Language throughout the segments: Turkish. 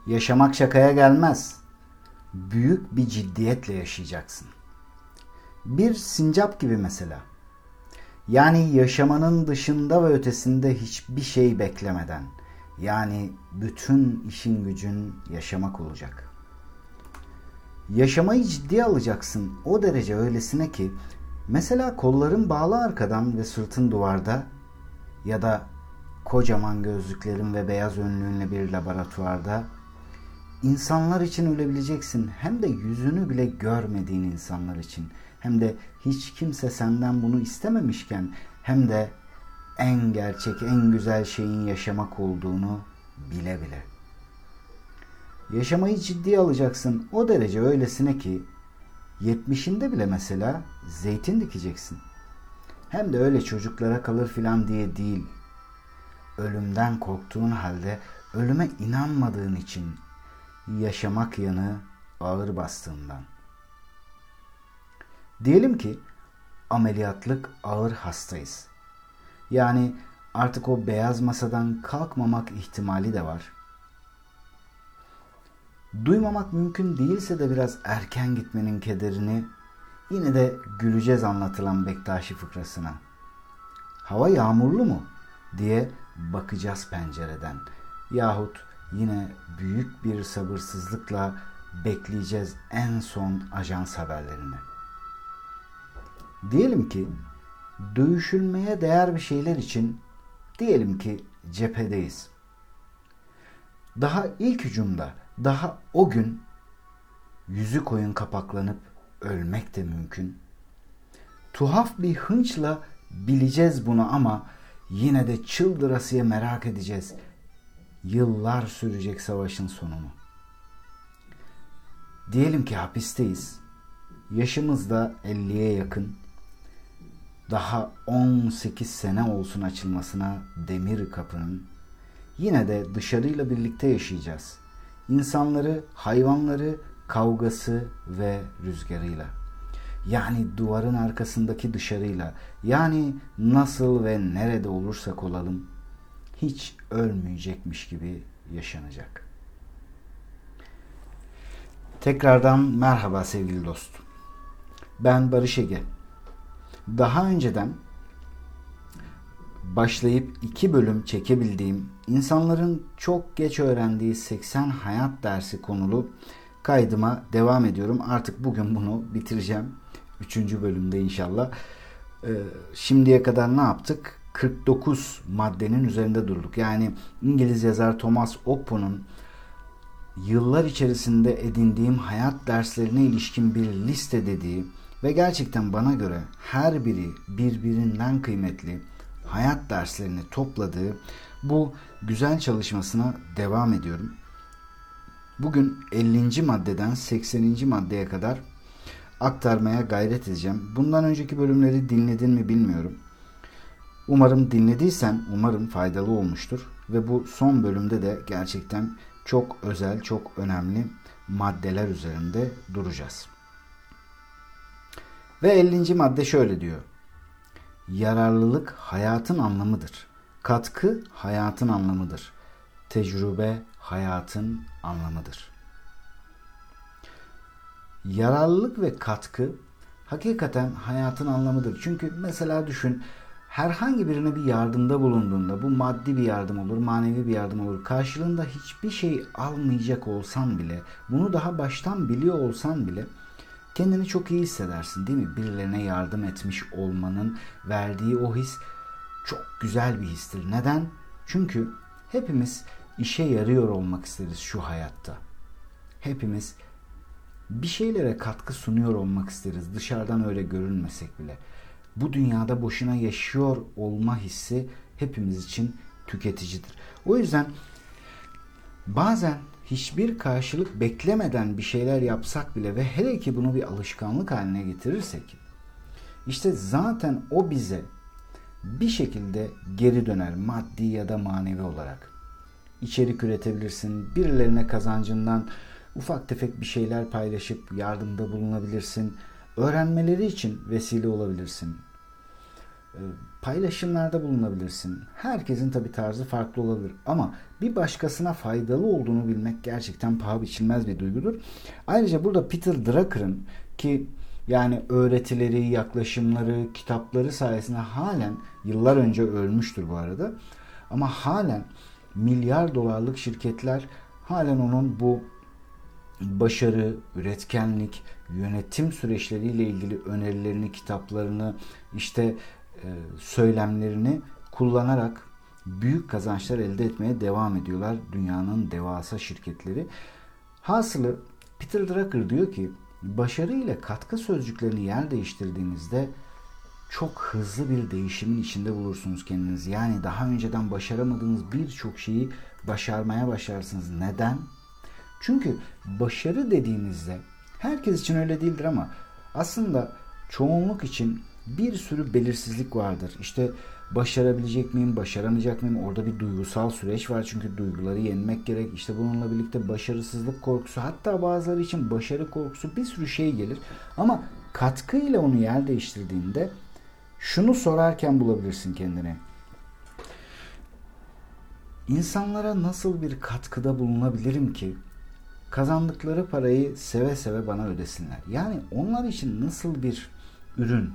Yaşamak şakaya gelmez. Büyük bir ciddiyetle yaşayacaksın. Bir sincap gibi mesela. Yani yaşamanın dışında ve ötesinde hiçbir şey beklemeden. Yani bütün işin gücün yaşamak olacak. Yaşamayı ciddiye alacaksın o derece öylesine ki mesela kolların bağlı arkadan ve sırtın duvarda ya da kocaman gözlüklerin ve beyaz önlüğünle bir laboratuvarda insanlar için ölebileceksin. Hem de yüzünü bile görmediğin insanlar için. Hem de hiç kimse senden bunu istememişken hem de en gerçek, en güzel şeyin yaşamak olduğunu bile bile. Yaşamayı ciddiye alacaksın o derece öylesine ki 70'inde bile mesela zeytin dikeceksin. Hem de öyle çocuklara kalır filan diye değil. Ölümden korktuğun halde ölüme inanmadığın için yaşamak yanı ağır bastığından. Diyelim ki ameliyatlık ağır hastayız. Yani artık o beyaz masadan kalkmamak ihtimali de var. Duymamak mümkün değilse de biraz erken gitmenin kederini yine de güleceğiz anlatılan Bektaşi fıkrasına. Hava yağmurlu mu diye bakacağız pencereden. Yahut yine büyük bir sabırsızlıkla bekleyeceğiz en son ajans haberlerini. Diyelim ki dövüşülmeye değer bir şeyler için diyelim ki cephedeyiz. Daha ilk hücumda, daha o gün yüzü koyun kapaklanıp ölmek de mümkün. Tuhaf bir hınçla bileceğiz bunu ama yine de çıldırasıya merak edeceğiz. Yıllar sürecek savaşın sonunu. Diyelim ki hapisteyiz. Yaşımız da 50'ye yakın. Daha 18 sene olsun açılmasına demir kapının. Yine de dışarıyla birlikte yaşayacağız. İnsanları, hayvanları, kavgası ve rüzgarıyla. Yani duvarın arkasındaki dışarıyla. Yani nasıl ve nerede olursak olalım hiç ölmeyecekmiş gibi yaşanacak. Tekrardan merhaba sevgili dostum. Ben Barış Ege. Daha önceden başlayıp 2 bölüm çekebildiğim, insanların çok geç öğrendiği 80 hayat dersi konulu kaydıma devam ediyorum. Artık bugün bunu bitireceğim. 3. bölümde inşallah. Şimdiye kadar ne yaptık? 49 maddenin üzerinde durduk. Yani İngiliz yazar Thomas Oppo'nun yıllar içerisinde edindiğim hayat derslerine ilişkin bir liste dediği ve gerçekten bana göre her biri birbirinden kıymetli hayat derslerini topladığı bu güzel çalışmasına devam ediyorum. Bugün 50. maddeden 80. maddeye kadar aktarmaya gayret edeceğim. Bundan önceki bölümleri dinledin mi bilmiyorum. Umarım dinlediysen, umarım faydalı olmuştur. Ve bu son bölümde de gerçekten çok özel, çok önemli maddeler üzerinde duracağız. Ve 50. madde şöyle diyor. Yararlılık hayatın anlamıdır. Katkı hayatın anlamıdır. Tecrübe hayatın anlamıdır. Yararlılık ve katkı hakikaten hayatın anlamıdır. Çünkü mesela düşün, herhangi birine bir yardımda bulunduğunda, bu maddi bir yardım olur, manevi bir yardım olur. Karşılığında hiçbir şey almayacak olsan bile, bunu daha baştan biliyor olsan bile kendini çok iyi hissedersin, değil mi? Birilerine yardım etmiş olmanın verdiği o his çok güzel bir histir. Neden? Çünkü hepimiz işe yarıyor olmak isteriz şu hayatta. Hepimiz bir şeylere katkı sunuyor olmak isteriz. Dışarıdan öyle görünmesek bile. Bu dünyada boşuna yaşıyor olma hissi hepimiz için tüketicidir. O yüzden bazen hiçbir karşılık beklemeden bir şeyler yapsak bile ve hele ki bunu bir alışkanlık haline getirirsek, işte zaten o bize bir şekilde geri döner, maddi ya da manevi olarak. İçerik üretebilirsin, birilerine kazancından ufak tefek bir şeyler paylaşıp yardımda bulunabilirsin, öğrenmeleri için vesile olabilirsin. paylaşımlarda bulunabilirsin. Herkesin tabii tarzı farklı olabilir ama bir başkasına faydalı olduğunu bilmek gerçekten paha biçilmez bir duygudur. Ayrıca burada Peter Drucker'ın ki yani öğretileri, yaklaşımları, kitapları sayesinde halen, yıllar önce ölmüştür bu arada, ama halen milyar dolarlık şirketler halen onun bu başarı, üretkenlik, yönetim süreçleriyle ilgili önerilerini, kitaplarını, işte söylemlerini kullanarak büyük kazançlar elde etmeye devam ediyorlar dünyanın devasa şirketleri. Hasılı Peter Drucker diyor ki başarı ile katkı sözcüklerini yer değiştirdiğinizde çok hızlı bir değişimin içinde bulursunuz kendinizi. Yani daha önceden başaramadığınız birçok şeyi başarmaya başlarsınız. Neden? Çünkü başarı dediğinizde herkes için öyle değildir ama aslında çoğunluk için bir sürü belirsizlik vardır. İşte başarabilecek miyim, başaramayacak mıyım? Orada bir duygusal süreç var çünkü duyguları yenmek gerek. İşte bununla birlikte başarısızlık korkusu, hatta bazıları için başarı korkusu, bir sürü şey gelir. Ama katkıyla onu yer değiştirdiğinde şunu sorarken bulabilirsin kendine. İnsanlara nasıl bir katkıda bulunabilirim ki kazandıkları parayı seve seve bana ödesinler? Yani onlar için nasıl bir ürün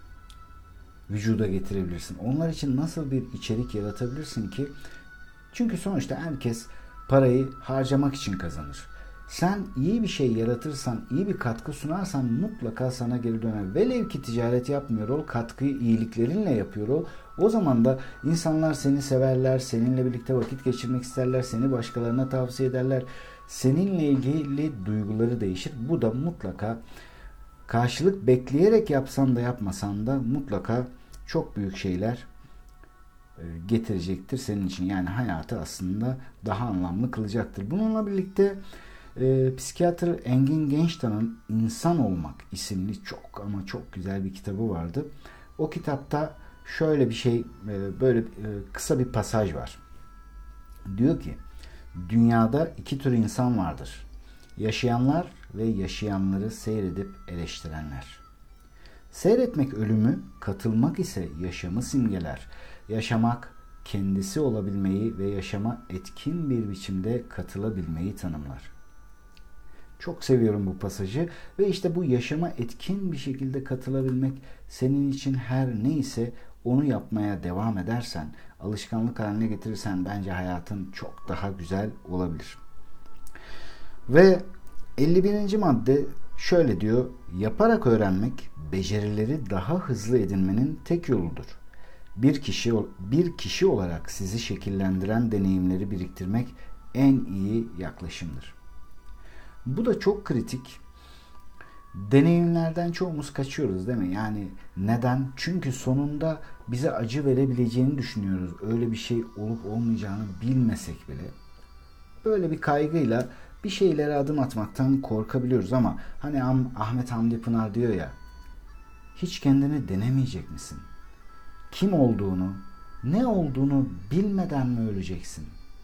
vücuda getirebilirsin? Onlar için nasıl bir içerik yaratabilirsin ki? Çünkü sonuçta herkes parayı harcamak için kazanır. Sen iyi bir şey yaratırsan, iyi bir katkı sunarsan mutlaka sana geri döner. Velev ki ticaret yapmıyor ol, katkıyı iyiliklerinle yapıyor ol. O zaman da insanlar seni severler, seninle birlikte vakit geçirmek isterler, seni başkalarına tavsiye ederler. Seninle ilgili duyguları değişir. Bu da mutlaka karşılık bekleyerek yapsan da yapmasan da mutlaka çok büyük şeyler getirecektir senin için. Yani hayatı aslında daha anlamlı kılacaktır. Bununla birlikte psikiyatr Engin Gençtan'ın İnsan Olmak isimli çok ama çok güzel bir kitabı vardı. O kitapta şöyle bir şey, böyle kısa bir pasaj var. Diyor ki, dünyada iki tür insan vardır. Yaşayanlar ve yaşayanları seyredip eleştirenler. Seyretmek ölümü, katılmak ise yaşamı simgeler. Yaşamak kendisi olabilmeyi ve yaşama etkin bir biçimde katılabilmeyi tanımlar. Çok seviyorum bu pasajı ve işte bu yaşama etkin bir şekilde katılabilmek senin için her neyse onu yapmaya devam edersen, alışkanlık haline getirirsen bence hayatın çok daha güzel olabilir. Ve 51. madde şöyle diyor: yaparak öğrenmek becerileri daha hızlı edinmenin tek yoludur. Bir kişi olarak sizi şekillendiren deneyimleri biriktirmek en iyi yaklaşımdır. Bu da çok kritik. Deneyimlerden çoğumuz kaçıyoruz değil mi? Yani neden? Çünkü sonunda bize acı verebileceğini düşünüyoruz. Öyle bir şey olup olmayacağını bilmesek bile. Böyle bir kaygıyla bir şeylere adım atmaktan korkabiliyoruz ama hani Ahmet Hamdi Pınar diyor ya, hiç kendini denemeyecek misin? Kim olduğunu, ne olduğunu bilmeden mi öleceksin?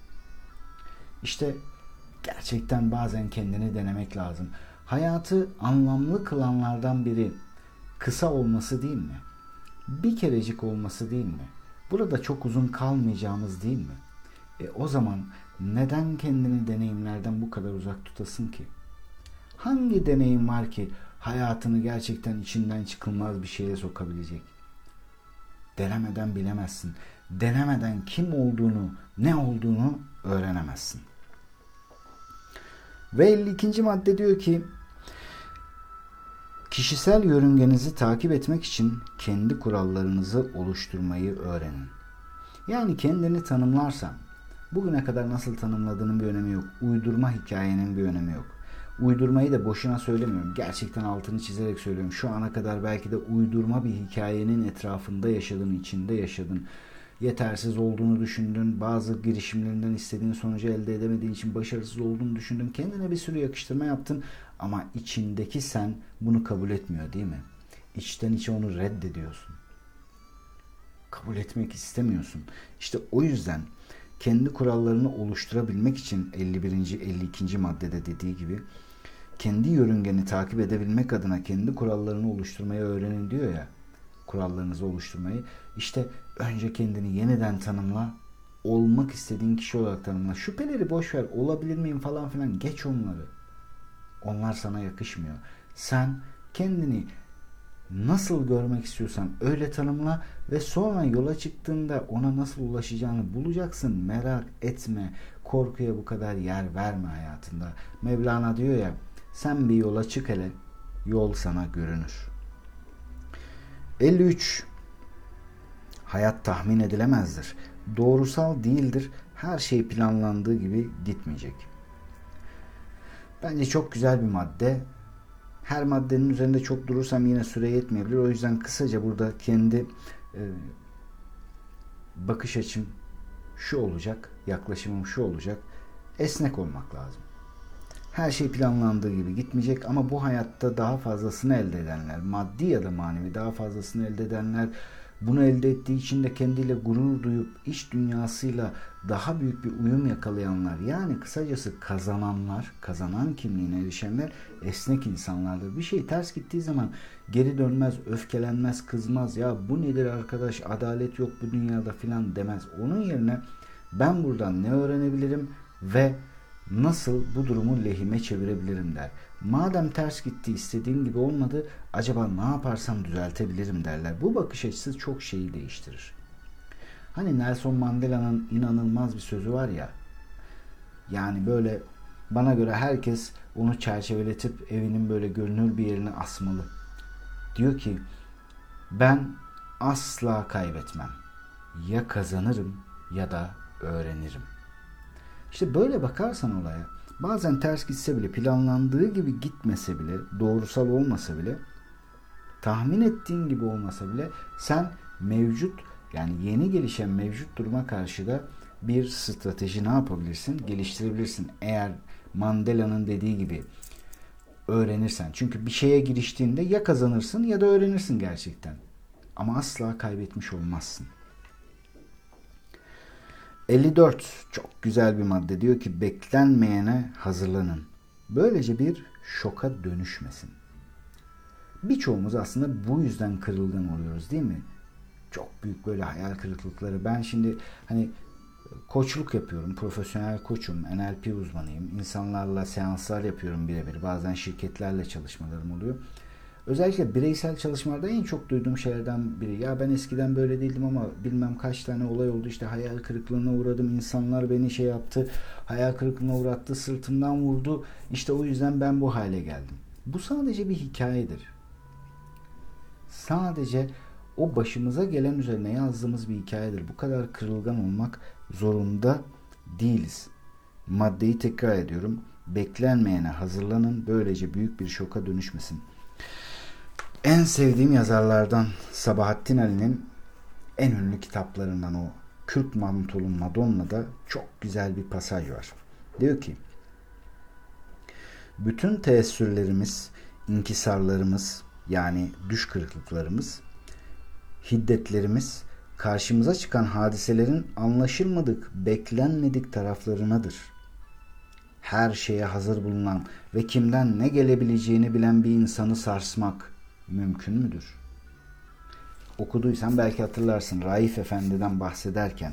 İşte gerçekten bazen kendini denemek lazım. Hayatı anlamlı kılanlardan biri kısa olması değil mi? Bir kerecik olması değil mi? Burada çok uzun kalmayacağımız değil mi? O zaman neden kendini deneyimlerden bu kadar uzak tutasın ki? Hangi deneyim var ki hayatını gerçekten içinden çıkılmaz bir şeye sokabilecek? Denemeden bilemezsin. Denemeden kim olduğunu, ne olduğunu öğrenemezsin. Ve 52. madde diyor ki, kişisel yörüngenizi takip etmek için kendi kurallarınızı oluşturmayı öğrenin. Yani kendini tanımlarsan, bugüne kadar nasıl tanımladığının bir önemi yok. Uydurma hikayenin bir önemi yok. Uydurmayı da boşuna söylemiyorum. Gerçekten altını çizerek söylüyorum. Şu ana kadar belki de uydurma bir hikayenin etrafında yaşadın, içinde yaşadın. Yetersiz olduğunu düşündün. Bazı girişimlerinden istediğin sonucu elde edemediğin için başarısız olduğunu düşündün. Kendine bir sürü yakıştırma yaptın. Ama içindeki sen bunu kabul etmiyor değil mi? İçten içe onu reddediyorsun. Kabul etmek istemiyorsun. İşte o yüzden kendi kurallarını oluşturabilmek için 51. 52. maddede dediği gibi kendi yörüngeni takip edebilmek adına kendi kurallarını oluşturmayı öğrenin diyor ya. kurallarınızı oluşturmayı. İşte önce kendini yeniden tanımla. Olmak istediğin kişi olarak tanımla. Şüpheleri boş ver. Olabilir miyim falan filan. Geç onları. Onlar sana yakışmıyor. Sen kendini nasıl görmek istiyorsan öyle tanımla ve sonra yola çıktığında ona nasıl ulaşacağını bulacaksın. Merak etme. Korkuya bu kadar yer verme hayatında. Mevlana diyor ya, sen bir yola çık hele, yol sana görünür. 53. Hayat tahmin edilemezdir. Doğrusal değildir. Her şey planlandığı gibi gitmeyecek. Bence çok güzel bir madde. Her maddenin üzerinde çok durursam yine süre yetmeyebilir. O yüzden kısaca burada kendi bakış açım şu olacak, yaklaşımım şu olacak. Esnek olmak lazım. Her şey planlandığı gibi gitmeyecek ama bu hayatta daha fazlasını elde edenler, maddi ya da manevi daha fazlasını elde edenler, bunu elde ettiği için de kendiyle gurur duyup iç dünyasıyla daha büyük bir uyum yakalayanlar, yani kısacası kazananlar, kazanan kimliğine erişenler esnek insanlardır. Bir şey ters gittiği zaman geri dönmez, öfkelenmez, kızmaz. Ya bu nedir arkadaş, adalet yok bu dünyada filan demez. Onun yerine ben buradan ne öğrenebilirim ve nasıl bu durumu lehime çevirebilirim der. Madem ters gitti, istediğim gibi olmadı, acaba ne yaparsam düzeltebilirim derler. Bu bakış açısı çok şeyi değiştirir. Hani Nelson Mandela'nın inanılmaz bir sözü var ya, yani böyle bana göre herkes onu çerçeveletip evinin böyle görünür bir yerine asmalı. Diyor ki, ben asla kaybetmem. Ya kazanırım ya da öğrenirim. İşte böyle bakarsan olaya, bazen ters gitse bile, planlandığı gibi gitmese bile, doğrusal olmasa bile, tahmin ettiğin gibi olmasa bile sen mevcut, yani yeni gelişen mevcut duruma karşı da bir strateji ne yapabilirsin? Geliştirebilirsin. Eğer Mandela'nın dediği gibi öğrenirsen. Çünkü bir şeye giriştiğinde ya kazanırsın ya da öğrenirsin gerçekten. Ama asla kaybetmiş olmazsın. 54. Çok güzel bir madde. Diyor ki beklenmeyene hazırlanın. Böylece bir şoka dönüşmesin. Birçoğumuz aslında bu yüzden kırılgan oluyoruz değil mi? Çok büyük böyle hayal kırıklıkları. Ben şimdi hani koçluk yapıyorum. Profesyonel koçum. NLP uzmanıyım. İnsanlarla seanslar yapıyorum birebir. Bazen şirketlerle çalışmalarım oluyor. Özellikle bireysel çalışmalarda en çok duyduğum şeylerden biri. Ya ben eskiden böyle değildim ama bilmem kaç tane olay oldu. İşte hayal kırıklığına uğradım. İnsanlar beni şey yaptı. Hayal kırıklığına uğrattı. Sırtımdan vurdu. İşte o yüzden ben bu hale geldim. Bu sadece bir hikayedir. Sadece o başımıza gelen üzerine yazdığımız bir hikayedir. Bu kadar kırılgan olmak zorunda değiliz. Maddeyi tekrar ediyorum. Beklenmeyene hazırlanın. Böylece büyük bir şoka dönüşmesin. En sevdiğim yazarlardan Sabahattin Ali'nin en ünlü kitaplarından o Kürk Mantolu Madonna'da çok güzel bir pasaj var. Diyor ki, bütün teessürlerimiz, inkisarlarımız, yani düş kırıklıklarımız, hiddetlerimiz, karşımıza çıkan hadiselerin anlaşılmadık, beklenmedik taraflarınadır. Her şeye hazır bulunan ve kimden ne gelebileceğini bilen bir insanı sarsmak mümkün müdür? Okuduysan belki hatırlarsın. Raif Efendi'den bahsederken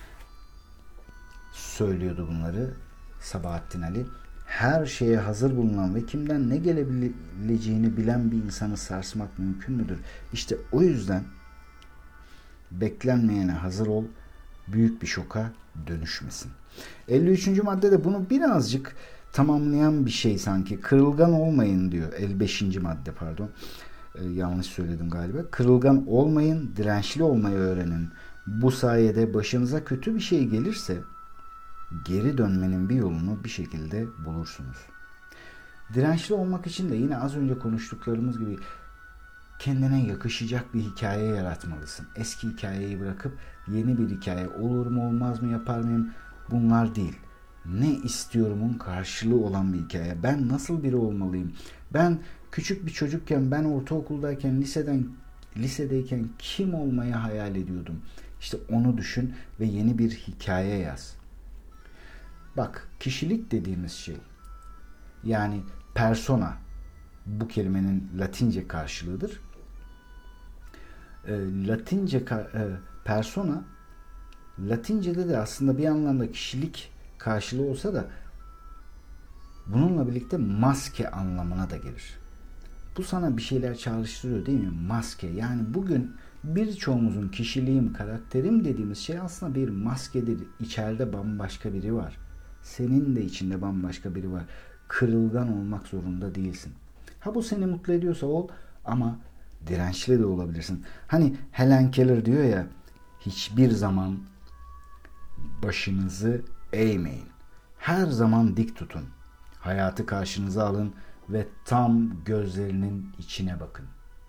söylüyordu bunları Sabahattin Ali. Her şeye hazır bulunan ve kimden ne gelebileceğini bilen bir insanı sarsmak mümkün müdür? İşte o yüzden beklenmeyene hazır ol, büyük bir şoka dönüşmesin. 53. maddede bunu birazcık tamamlayan bir şey sanki. Kırılgan olmayın diyor. 55. madde pardon. Yanlış söyledim galiba. Kırılgan olmayın, dirençli olmayı öğrenin. Bu sayede başınıza kötü bir şey gelirse geri dönmenin bir yolunu bir şekilde bulursunuz. Dirençli olmak için de yine az önce konuştuklarımız gibi kendine yakışacak bir hikaye yaratmalısın. Eski hikayeyi bırakıp yeni bir hikaye, olur mu olmaz mı yapar mıyım, bunlar değil. Ne istiyorumun karşılığı olan bir hikaye. Ben nasıl biri olmalıyım? Ben küçük bir çocukken, ben ortaokuldayken, lisedeyken kim olmayı hayal ediyordum? İşte onu düşün ve yeni bir hikaye yaz. Bak, kişilik dediğimiz şey, yani persona, bu kelimenin Latince karşılığıdır. Latince persona, Latince'de de aslında bir anlamda kişilik karşılığı olsa da bununla birlikte maske anlamına da gelir. Bu sana bir şeyler çağrıştırıyor değil mi? Maske. Yani bugün birçoğumuzun kişiliğim, karakterim dediğimiz şey aslında bir maskedir. İçeride bambaşka biri var. Senin de içinde bambaşka biri var. Kırılgan olmak zorunda değilsin. Ha bu seni mutlu ediyorsa ol ama dirençli de olabilirsin. Hani Helen Keller diyor ya, hiçbir zaman başınızı eğmeyin. Her zaman dik tutun. Hayatı karşınıza alın ve tam gözlerinin içine bakın.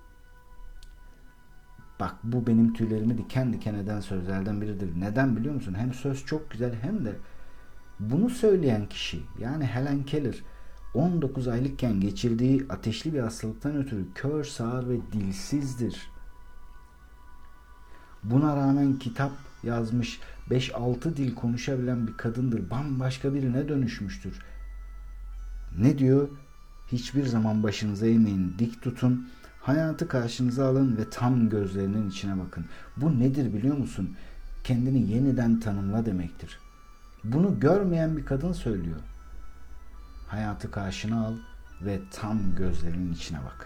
Bak bu benim tüylerimi diken diken eden sözlerden biridir. Neden biliyor musun? Hem söz çok güzel hem de bunu söyleyen kişi yani Helen Keller 19 aylıkken geçirdiği ateşli bir hastalıktan ötürü kör, sağır ve dilsizdir. Buna rağmen kitap yazmış, 5-6 dil konuşabilen bir kadındır. Bambaşka birine dönüşmüştür. Ne diyor? Hiçbir zaman başınıza eğmeyin, dik tutun. Hayatı karşınıza alın ve tam gözlerinin içine bakın. Bu nedir biliyor musun? Kendini yeniden tanımla demektir. Bunu görmeyen bir kadın söylüyor. Hayatı karşına al ve tam gözlerinin içine bak.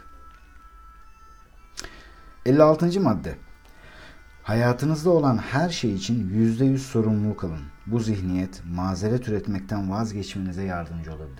56. madde. Hayatınızda olan her şey için %100 sorumluluk alın. Bu zihniyet mazeret üretmekten vazgeçmenize yardımcı olabilir.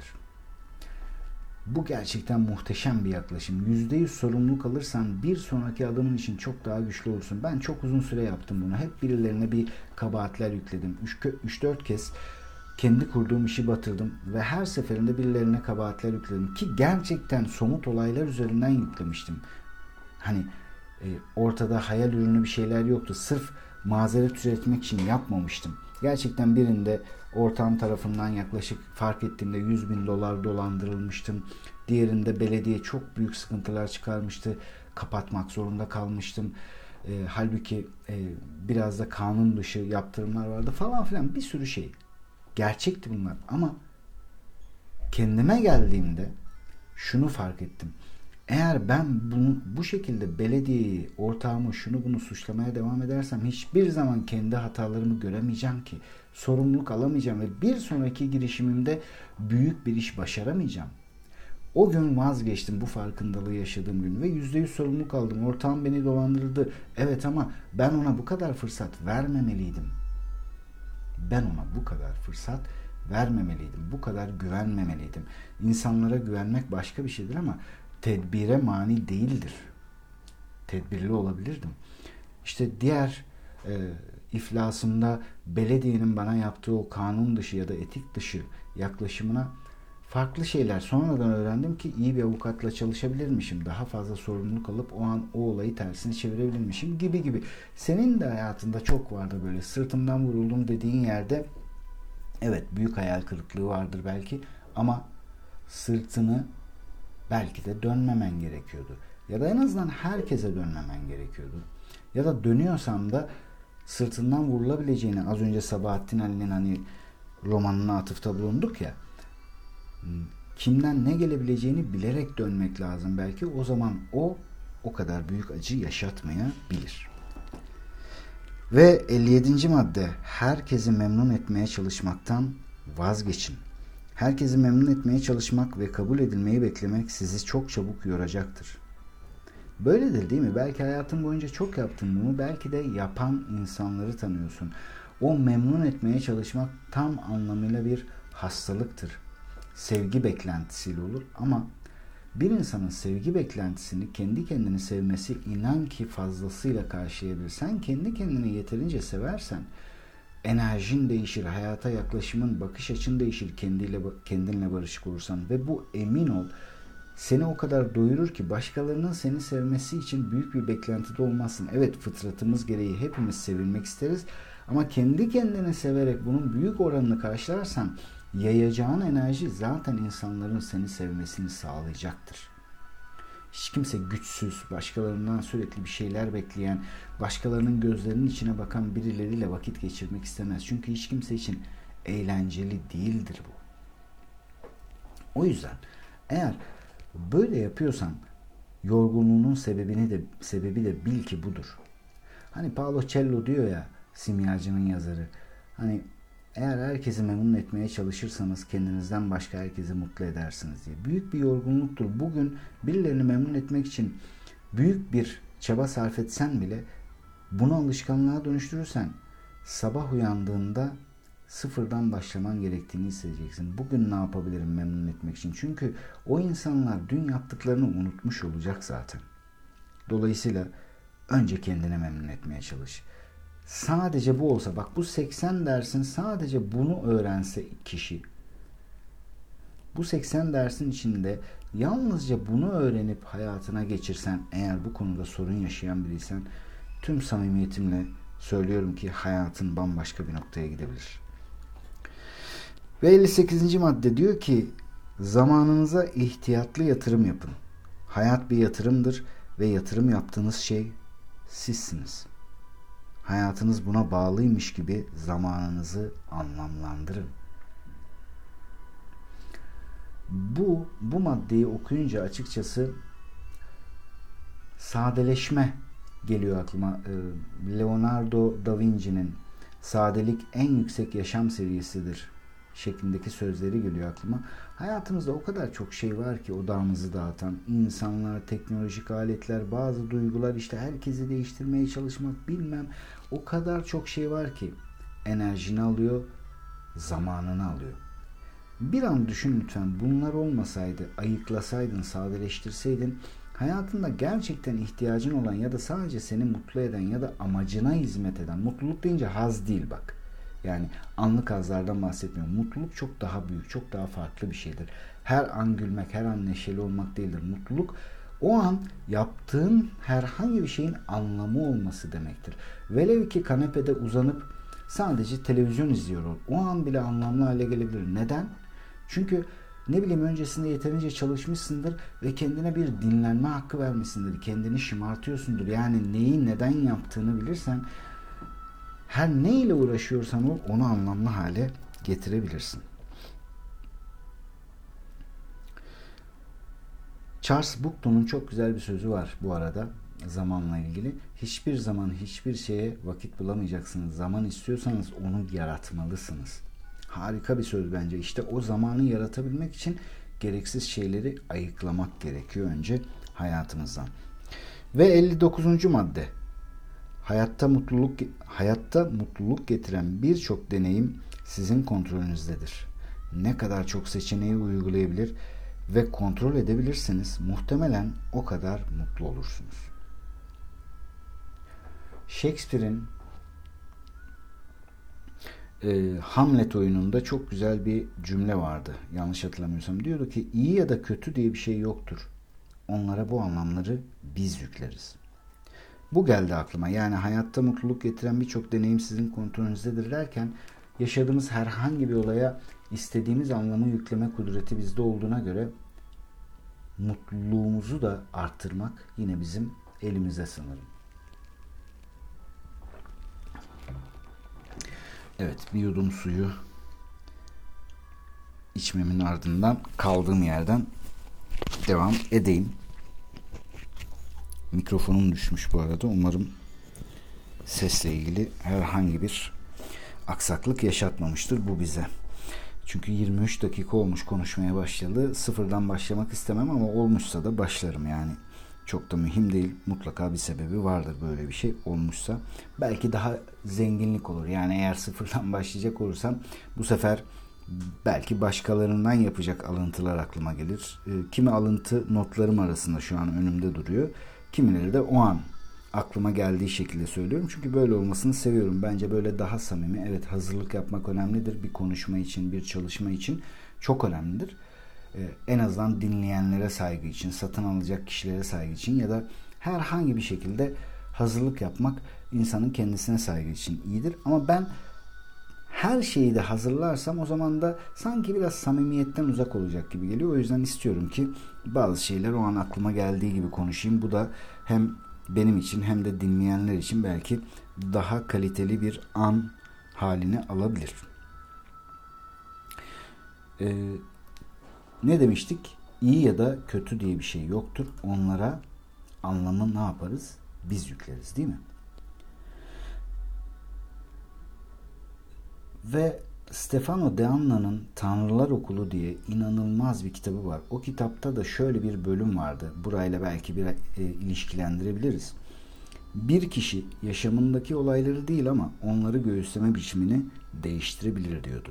Bu gerçekten muhteşem bir yaklaşım. %100 sorumluluk alırsan bir sonraki adımın için çok daha güçlü olursun. Ben çok uzun süre yaptım bunu. Hep birilerine bir kabahatler yükledim. 3-4 kez kendi kurduğum işi batırdım ve her seferinde birilerine kabahatler yükledim. Ki gerçekten somut olaylar üzerinden yüklemiştim. Hani ortada hayal ürünü bir şeyler yoktu. Sırf mazeret üretmek için yapmamıştım. Gerçekten birinde ortağım tarafından yaklaşık fark ettiğimde $100.000 dolandırılmıştım. Diğerinde belediye çok büyük sıkıntılar çıkarmıştı. Kapatmak zorunda kalmıştım. Halbuki biraz da kanun dışı yaptırımlar vardı falan filan, bir sürü şey. Gerçekti bunlar ama kendime geldiğimde şunu fark ettim. Eğer ben bu şekilde belediyeyi, ortağımı, şunu bunu suçlamaya devam edersem hiçbir zaman kendi hatalarımı göremeyeceğim ki. Sorumluluk alamayacağım ve bir sonraki girişimimde büyük bir iş başaramayacağım. O gün vazgeçtim, bu farkındalığı yaşadığım gün ve %100 sorumluluk aldım. Ortağım beni dolandırdı. Evet ama ben ona bu kadar fırsat vermemeliydim. Ben ona bu kadar fırsat vermemeliydim. Bu kadar güvenmemeliydim. İnsanlara güvenmek başka bir şeydir ama tedbire mani değildir. Tedbirli olabilirdim. İşte diğer iflasımda belediyenin bana yaptığı o kanun dışı ya da etik dışı yaklaşımına farklı şeyler sonradan öğrendim ki iyi bir avukatla çalışabilirmişim. Daha fazla sorumluluk alıp o an o olayı tersine çevirebilirmişim gibi gibi. Senin de hayatında çok vardır böyle sırtımdan vuruldum dediğin yerde, evet büyük hayal kırıklığı vardır belki ama sırtını belki de dönmemen gerekiyordu. Ya da en azından herkese dönmemen gerekiyordu. Ya da dönüyorsam da sırtından vurulabileceğini, az önce Sabahattin Ali'nin hani romanına atıfta bulunduk ya, kimden ne gelebileceğini bilerek dönmek lazım belki. O zaman o kadar büyük acı yaşatmayabilir. Ve 57. madde. Herkesi memnun etmeye çalışmaktan vazgeçin. Herkesi memnun etmeye çalışmak ve kabul edilmeyi beklemek sizi çok çabuk yoracaktır. Böyledir değil mi? Belki hayatın boyunca çok yaptın bunu. Belki de yapan insanları tanıyorsun. O memnun etmeye çalışmak tam anlamıyla bir hastalıktır. Sevgi beklentisiyle olur ama bir insanın sevgi beklentisini kendi kendini sevmesi inan ki fazlasıyla karşılayabilir. Sen kendi kendini yeterince seversen enerjin değişir, hayata yaklaşımın, bakış açın değişir kendinle barışık olursan ve bu emin ol seni o kadar doyurur ki başkalarının seni sevmesi için büyük bir beklentide olmazsın. Evet fıtratımız gereği hepimiz sevilmek isteriz ama kendi kendini severek bunun büyük oranını karşılarsan yayacağın enerji zaten insanların seni sevmesini sağlayacaktır. Hiç kimse güçsüz, başkalarından sürekli bir şeyler bekleyen, başkalarının gözlerinin içine bakan birileriyle vakit geçirmek istemez. Çünkü hiç kimse için eğlenceli değildir bu. O yüzden eğer böyle yapıyorsan Yorgunluğunun sebebi de bil ki budur. Hani Paolo Coelho diyor ya, Simyacının yazarı. Hani eğer herkesi memnun etmeye çalışırsanız kendinizden başka herkesi mutlu edersiniz diye. Büyük bir yorgunluktur. Bugün birilerini memnun etmek için büyük bir çaba sarf etsen bile bunu alışkanlığa dönüştürürsen sabah uyandığında sıfırdan başlaman gerektiğini hissedeceksin. Bugün ne yapabilirim memnun etmek için? Çünkü o insanlar dün yaptıklarını unutmuş olacak zaten. Dolayısıyla önce kendini memnun etmeye çalış. Sadece bu olsa, bak bu 80 dersin sadece bunu öğrense kişi, bu 80 dersin içinde yalnızca bunu öğrenip hayatına geçirsen, eğer bu konuda sorun yaşayan biriysen, tüm samimiyetimle söylüyorum ki hayatın bambaşka bir noktaya gidebilir. Ve 58. madde diyor ki zamanınıza ihtiyatlı yatırım yapın. Hayat bir yatırımdır ve yatırım yaptığınız şey sizsiniz. Hayatınız buna bağlıymış gibi zamanınızı anlamlandırın. Bu maddeyi okuyunca açıkçası sadeleşme geliyor aklıma. Leonardo da Vinci'nin sadelik en yüksek yaşam seviyesidir şeklindeki sözleri geliyor aklıma. Hayatımızda o kadar çok şey var ki odağımızı dağıtan insanlar, teknolojik aletler, bazı duygular, işte herkesi değiştirmeye çalışmak, bilmem, o kadar çok şey var ki enerjini alıyor, zamanını alıyor. Bir an düşün lütfen, bunlar olmasaydı, ayıklasaydın, sadeleştirseydin, hayatında gerçekten ihtiyacın olan ya da sadece seni mutlu eden ya da amacına hizmet eden, mutluluk deyince haz değil bak. Yani anlık hazlardan bahsetmiyorum. Mutluluk çok daha büyük, çok daha farklı bir şeydir. Her an gülmek, her an neşeli olmak değildir. Mutluluk o an yaptığın herhangi bir şeyin anlamı olması demektir. Velev ki kanepede uzanıp sadece televizyon izliyor ol, o an bile anlamlı hale gelebilir. Neden? Çünkü ne bileyim öncesinde yeterince çalışmışsındır ve kendine bir dinlenme hakkı vermişsindir. Kendini şımartıyorsundur. Yani neyi neden yaptığını bilirsen, her ne ile uğraşıyorsan ol, onu anlamlı hale getirebilirsin. Charles Bukowski'nin çok güzel bir sözü var bu arada zamanla ilgili. Hiçbir zaman hiçbir şeye vakit bulamayacaksınız. Zaman istiyorsanız onu yaratmalısınız. Harika bir söz bence. İşte o zamanı yaratabilmek için gereksiz şeyleri ayıklamak gerekiyor önce hayatımızdan. Ve 59. madde. Hayatta mutluluk getiren birçok deneyim sizin kontrolünüzdedir. Ne kadar çok seçeneği uygulayabilir ve kontrol edebilirsiniz, muhtemelen o kadar mutlu olursunuz. Shakespeare'in Hamlet oyununda çok güzel bir cümle vardı. Yanlış hatırlamıyorsam. Diyordu ki iyi ya da kötü diye bir şey yoktur. Onlara bu anlamları biz yükleriz. Bu geldi aklıma. Yani hayatta mutluluk getiren birçok deneyim sizin kontrolünüzdedir derken, yaşadığımız herhangi bir olaya istediğimiz anlamı yükleme kudreti bizde olduğuna göre mutluluğumuzu da arttırmak yine bizim elimizde sanırım. Evet, bir yudum suyu içmemin ardından kaldığım yerden devam edeyim. Mikrofonum düşmüş bu arada. Umarım sesle ilgili herhangi bir aksaklık yaşatmamıştır bu bize. Çünkü 23 dakika olmuş konuşmaya başladı. Sıfırdan başlamak istemem ama olmuşsa da başlarım yani. Çok da mühim değil. Mutlaka bir sebebi vardır böyle bir şey olmuşsa. Belki daha zenginlik olur. Yani eğer sıfırdan başlayacak olursam bu sefer belki başkalarından yapacak alıntılar aklıma gelir. Kimi alıntı notlarım arasında şu an önümde duruyor. Kimileri de o an aklıma geldiği şekilde söylüyorum. Çünkü böyle olmasını seviyorum. Bence böyle daha samimi. Evet, hazırlık yapmak önemlidir. Bir konuşma için, bir çalışma için çok önemlidir. En azından dinleyenlere saygı için, satın alacak kişilere saygı için ya da herhangi bir şekilde hazırlık yapmak insanın kendisine saygı için iyidir. Ama ben her şeyi de hazırlarsam o zaman da sanki biraz samimiyetten uzak olacak gibi geliyor. O yüzden istiyorum ki bazı şeyler o an aklıma geldiği gibi konuşayım. Bu da hem benim için hem de dinleyenler için belki daha kaliteli bir an halini alabilir. Ne demiştik? İyi ya da kötü diye bir şey yoktur. Onlara anlamı ne yaparız? Biz yükleriz, değil mi? Ve Stefano de Anna'nın Tanrılar Okulu diye inanılmaz bir kitabı var. O kitapta da şöyle bir bölüm vardı. Burayla belki bir ilişkilendirebiliriz. Bir kişi yaşamındaki olayları değil ama onları göğüsleme biçimini değiştirebilir diyordu.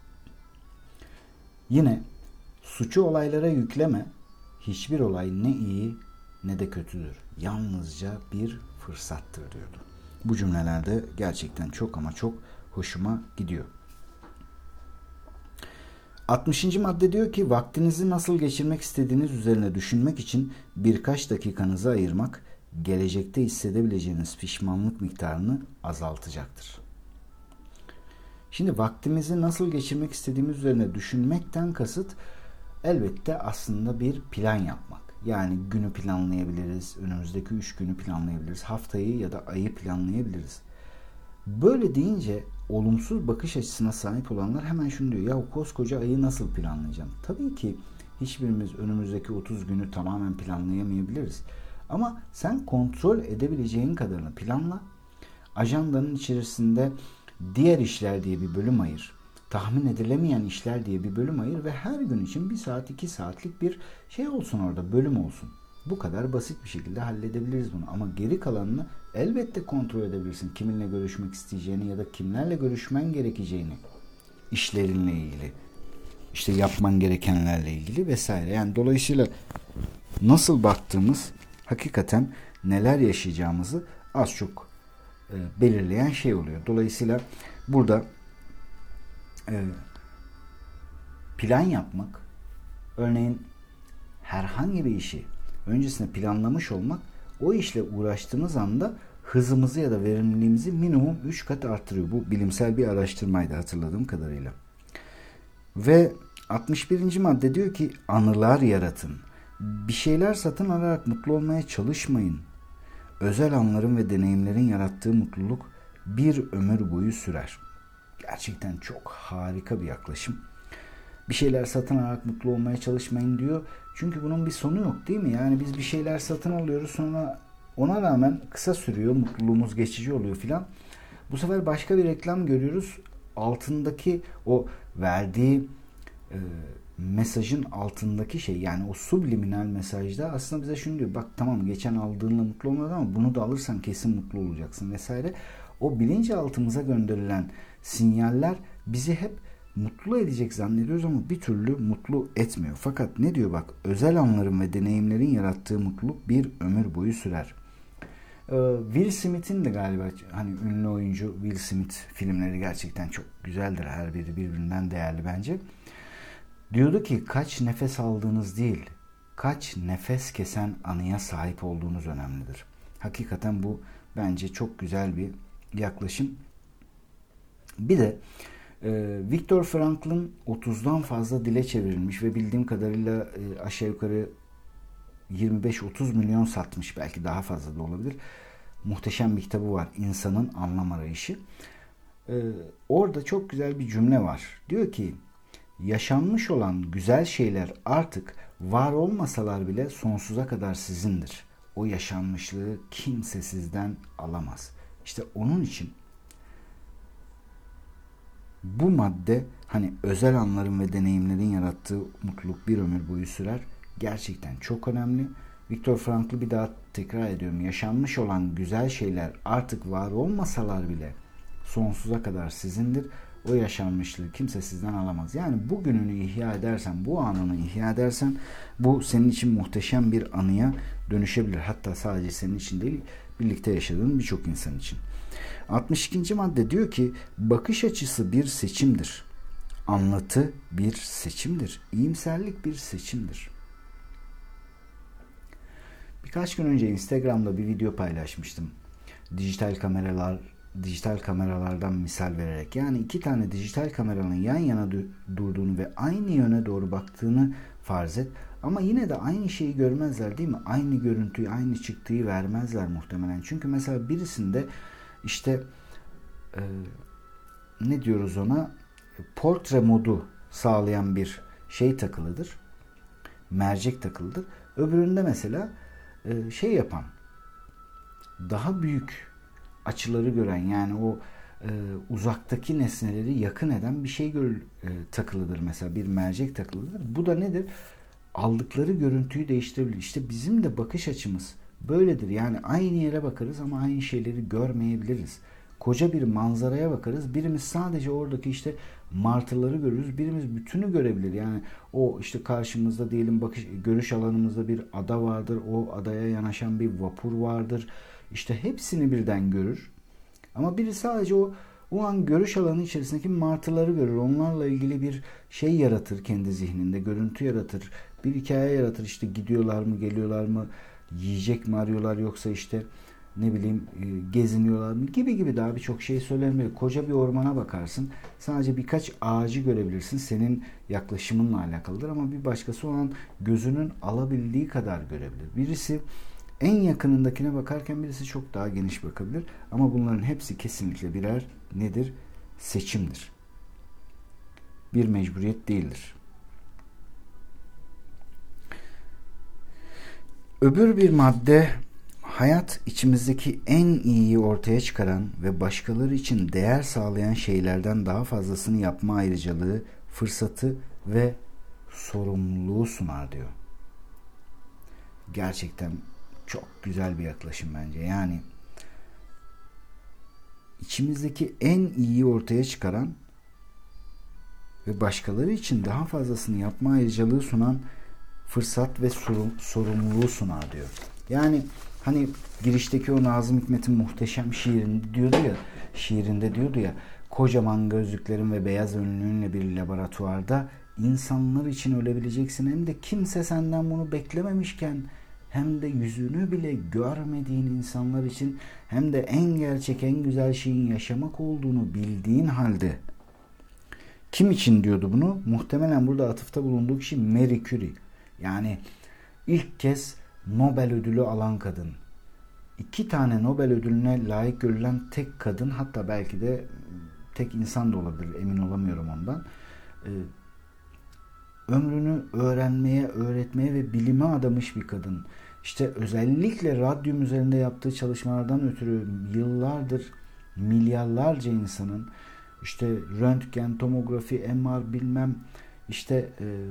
Yine suçu olaylara yükleme, hiçbir olay ne iyi ne de kötüdür. Yalnızca bir fırsattır diyordu. Bu cümlelerde gerçekten çok ama çok hoşuma gidiyor. 60. madde diyor ki vaktinizi nasıl geçirmek istediğiniz üzerine düşünmek için birkaç dakikanızı ayırmak gelecekte hissedebileceğiniz pişmanlık miktarını azaltacaktır. Şimdi vaktimizi nasıl geçirmek istediğimiz üzerine düşünmekten kasıt elbette aslında bir plan yapmak. Yani günü planlayabiliriz, önümüzdeki 3 günü planlayabiliriz, haftayı ya da ayı planlayabiliriz. Böyle deyince olumsuz bakış açısına sahip olanlar hemen şunu diyor. Ya koskoca ayı nasıl planlayacağım? Tabii ki hiçbirimiz önümüzdeki 30 günü tamamen planlayamayabiliriz. Ama sen kontrol edebileceğin kadarını planla. Ajandanın içerisinde diğer işler diye bir bölüm ayır. Tahmin edilemeyen işler diye bir bölüm ayır ve her gün için 1 saat 2 saatlik bir şey olsun orada, bölüm olsun. Bu kadar basit bir şekilde halledebiliriz bunu. Ama geri kalanını elbette kontrol edebilirsin. Kiminle görüşmek isteyeceğini ya da kimlerle görüşmen gerekeceğini. İşlerinle ilgili. İşte yapman gerekenlerle ilgili vesaire. Yani dolayısıyla nasıl baktığımız hakikaten neler yaşayacağımızı az çok belirleyen şey oluyor. Dolayısıyla burada plan yapmak, örneğin herhangi bir işi öncesinde planlamış olmak, o işle uğraştığımız anda hızımızı ya da verimliliğimizi minimum 3 kat artırıyor. Bu bilimsel bir araştırmaydı hatırladığım kadarıyla. Ve 61. madde diyor ki anılar yaratın. Bir şeyler satın alarak mutlu olmaya çalışmayın. Özel anların ve deneyimlerin yarattığı mutluluk bir ömür boyu sürer. Gerçekten çok harika bir yaklaşım. Bir şeyler satın alarak mutlu olmaya çalışmayın diyor. Çünkü bunun bir sonu yok, değil mi? Yani biz bir şeyler satın alıyoruz, sonra ona rağmen kısa sürüyor, mutluluğumuz geçici oluyor filan. Bu sefer başka bir reklam görüyoruz. Altındaki o verdiği mesajın altındaki şey, yani o subliminal mesajda aslında bize şunu diyor. Bak tamam, geçen aldığınla mutlu olmadın ama bunu da alırsan kesin mutlu olacaksın vesaire. O bilinçaltımıza gönderilen sinyaller bizi hep mutlu edecek zannediyoruz ama bir türlü mutlu etmiyor. Fakat ne diyor bak, özel anların ve deneyimlerin yarattığı mutluluk bir ömür boyu sürer. Will Smith'in de galiba, hani ünlü oyuncu Will Smith filmleri gerçekten çok güzeldir. Her biri birbirinden değerli bence. Diyordu ki kaç nefes aldığınız değil, kaç nefes kesen anıya sahip olduğunuz önemlidir. Hakikaten bu bence çok güzel bir yaklaşım. Bir de Viktor Frankl'ın 30'dan fazla dile çevrilmiş ve bildiğim kadarıyla aşağı yukarı 25-30 milyon satmış, belki daha fazla da olabilir. Muhteşem bir kitabı var, İnsanın Anlam Arayışı. Orada çok güzel bir cümle var. Diyor ki yaşanmış olan güzel şeyler artık var olmasalar bile sonsuza kadar sizindir. O yaşanmışlığı kimse sizden alamaz. İşte onun için bu madde, hani özel anların ve deneyimlerin yarattığı mutluluk bir ömür boyu sürer, gerçekten çok önemli. Viktor Frankl'ı bir daha tekrar ediyorum. Yaşanmış olan güzel şeyler artık var olmasalar bile sonsuza kadar sizindir. O yaşanmışlığı kimse sizden alamaz. Yani bugününü ihya edersen, bu anını ihya edersen, bu senin için muhteşem bir anıya dönüşebilir. Hatta sadece senin için değil, birlikte yaşadığın birçok insan için. 62. madde diyor ki bakış açısı bir seçimdir. Anlatı bir seçimdir. İyimserlik bir seçimdir. Birkaç gün önce Instagram'da bir video paylaşmıştım. Dijital kameralardan misal vererek. Yani 2 tane dijital kameranın yan yana durduğunu ve aynı yöne doğru baktığını farz et. Ama yine de aynı şeyi görmezler, değil mi? Aynı görüntüyü, aynı çıktıyı vermezler muhtemelen. Çünkü mesela birisinde işte ne diyoruz ona? Portre modu sağlayan bir şey takılıdır. Mercek takılıdır. Öbüründe mesela şey yapan, daha büyük açıları gören, yani o uzaktaki nesneleri yakın eden bir şey takılıdır. Mesela bir mercek takılıdır. Bu da nedir? Aldıkları görüntüyü değiştirebilir. İşte bizim de bakış açımız böyledir. Yani aynı yere bakarız ama aynı şeyleri görmeyebiliriz. Koca bir manzaraya bakarız. Birimiz sadece oradaki işte martıları görürüz. Birimiz bütünü görebilir. Yani o işte karşımızda diyelim görüş alanımızda bir ada vardır. O adaya yanaşan bir vapur vardır. İşte hepsini birden görür. Ama biri sadece o an görüş alanı içerisindeki martıları görür. Onlarla ilgili bir şey yaratır kendi zihninde. Görüntü yaratır. Bir hikaye yaratır. İşte gidiyorlar mı, geliyorlar mı, yiyecek mi arıyorlar, yoksa işte ne bileyim geziniyorlar mı gibi gibi daha birçok şey söylenmiyor. Koca bir ormana bakarsın. Sadece birkaç ağacı görebilirsin. Senin yaklaşımınla alakalıdır ama bir başkası o an gözünün alabildiği kadar görebilir. Birisi en yakınındakine bakarken birisi çok daha geniş bakabilir. Ama bunların hepsi kesinlikle birer nedir? Seçimdir. Bir mecburiyet değildir. Öbür bir madde, hayat içimizdeki en iyiyi ortaya çıkaran ve başkaları için değer sağlayan şeylerden daha fazlasını yapma ayrıcalığı, fırsatı ve sorumluluğu sunar diyor. Gerçekten çok güzel bir yaklaşım bence. Yani içimizdeki en iyiyi ortaya çıkaran ve başkaları için daha fazlasını yapma ayrıcalığı sunan fırsat ve sorumluluğu sunar diyor. Yani hani girişteki o Nazım Hikmet'in muhteşem şiirinde diyordu ya, kocaman gözlüklerin ve beyaz önlüğünle bir laboratuvarda insanlar için ölebileceksin, hem de kimse senden bunu beklememişken, hem de yüzünü bile görmediğin insanlar için, hem de en gerçek, en güzel şeyin yaşamak olduğunu bildiğin halde. Kim için diyordu bunu? Muhtemelen burada atıfta bulunduğu kişi Marie Curie. Yani ilk kez Nobel ödülü alan kadın. 2 tane Nobel ödülüne layık görülen tek kadın, hatta belki de tek insan da olabilir, emin olamıyorum ondan. Ömrünü öğrenmeye, öğretmeye ve bilime adamış bir kadın. İşte özellikle radyum üzerinde yaptığı çalışmalardan ötürü yıllardır milyarlarca insanın işte röntgen, tomografi, MR bilmem işte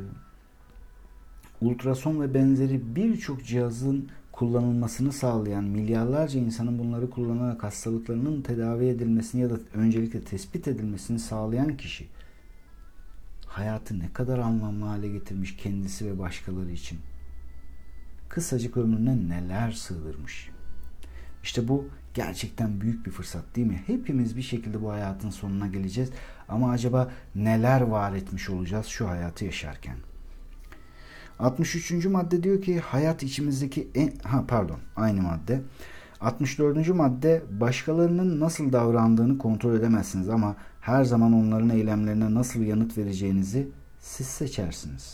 ultrason ve benzeri birçok cihazın kullanılmasını sağlayan, milyarlarca insanın bunları kullanarak hastalıklarının tedavi edilmesini ya da öncelikle tespit edilmesini sağlayan kişi hayatı ne kadar anlamlı hale getirmiş kendisi ve başkaları için. Kısacık ömrüne neler sığdırmış. İşte bu gerçekten büyük bir fırsat değil mi? Hepimiz bir şekilde bu hayatın sonuna geleceğiz. Ama acaba neler var etmiş olacağız şu hayatı yaşarken? 63. madde diyor ki hayat içimizdeki aynı madde. 64. madde, başkalarının nasıl davrandığını kontrol edemezsiniz ama her zaman onların eylemlerine nasıl yanıt vereceğinizi siz seçersiniz.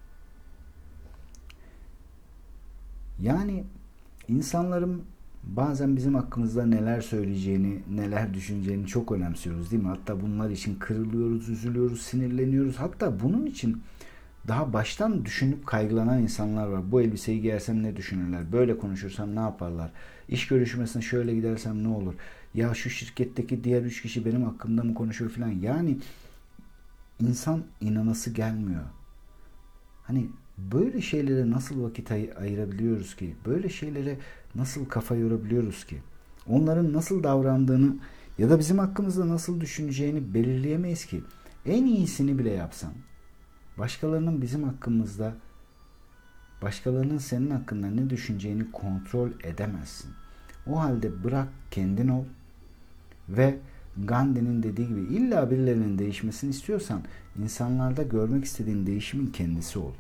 Yani insanların bazen bizim hakkımızda neler söyleyeceğini, neler düşüneceğini çok önemsiyoruz değil mi? Hatta bunlar için kırılıyoruz, üzülüyoruz, sinirleniyoruz. Hatta bunun için daha baştan düşünüp kaygılanan insanlar var. Bu elbiseyi giyersem ne düşünürler? Böyle konuşursam ne yaparlar? İş görüşmesine şöyle gidersem ne olur? Ya şu şirketteki diğer 3 kişi benim hakkımda mı konuşuyor falan. Yani insan inanası gelmiyor. Hani böyle şeylere nasıl vakit ayırabiliyoruz ki? Böyle şeylere nasıl kafa yorabiliyoruz ki? Onların nasıl davrandığını ya da bizim hakkımızda nasıl düşüneceğini belirleyemeyiz ki. En iyisini bile yapsan, başkalarının bizim hakkımızda, başkalarının senin hakkında ne düşüneceğini kontrol edemezsin. O halde bırak kendin ol ve Gandhi'nin dediği gibi illa birilerinin değişmesini istiyorsan insanlarda görmek istediğin değişimin kendisi ol.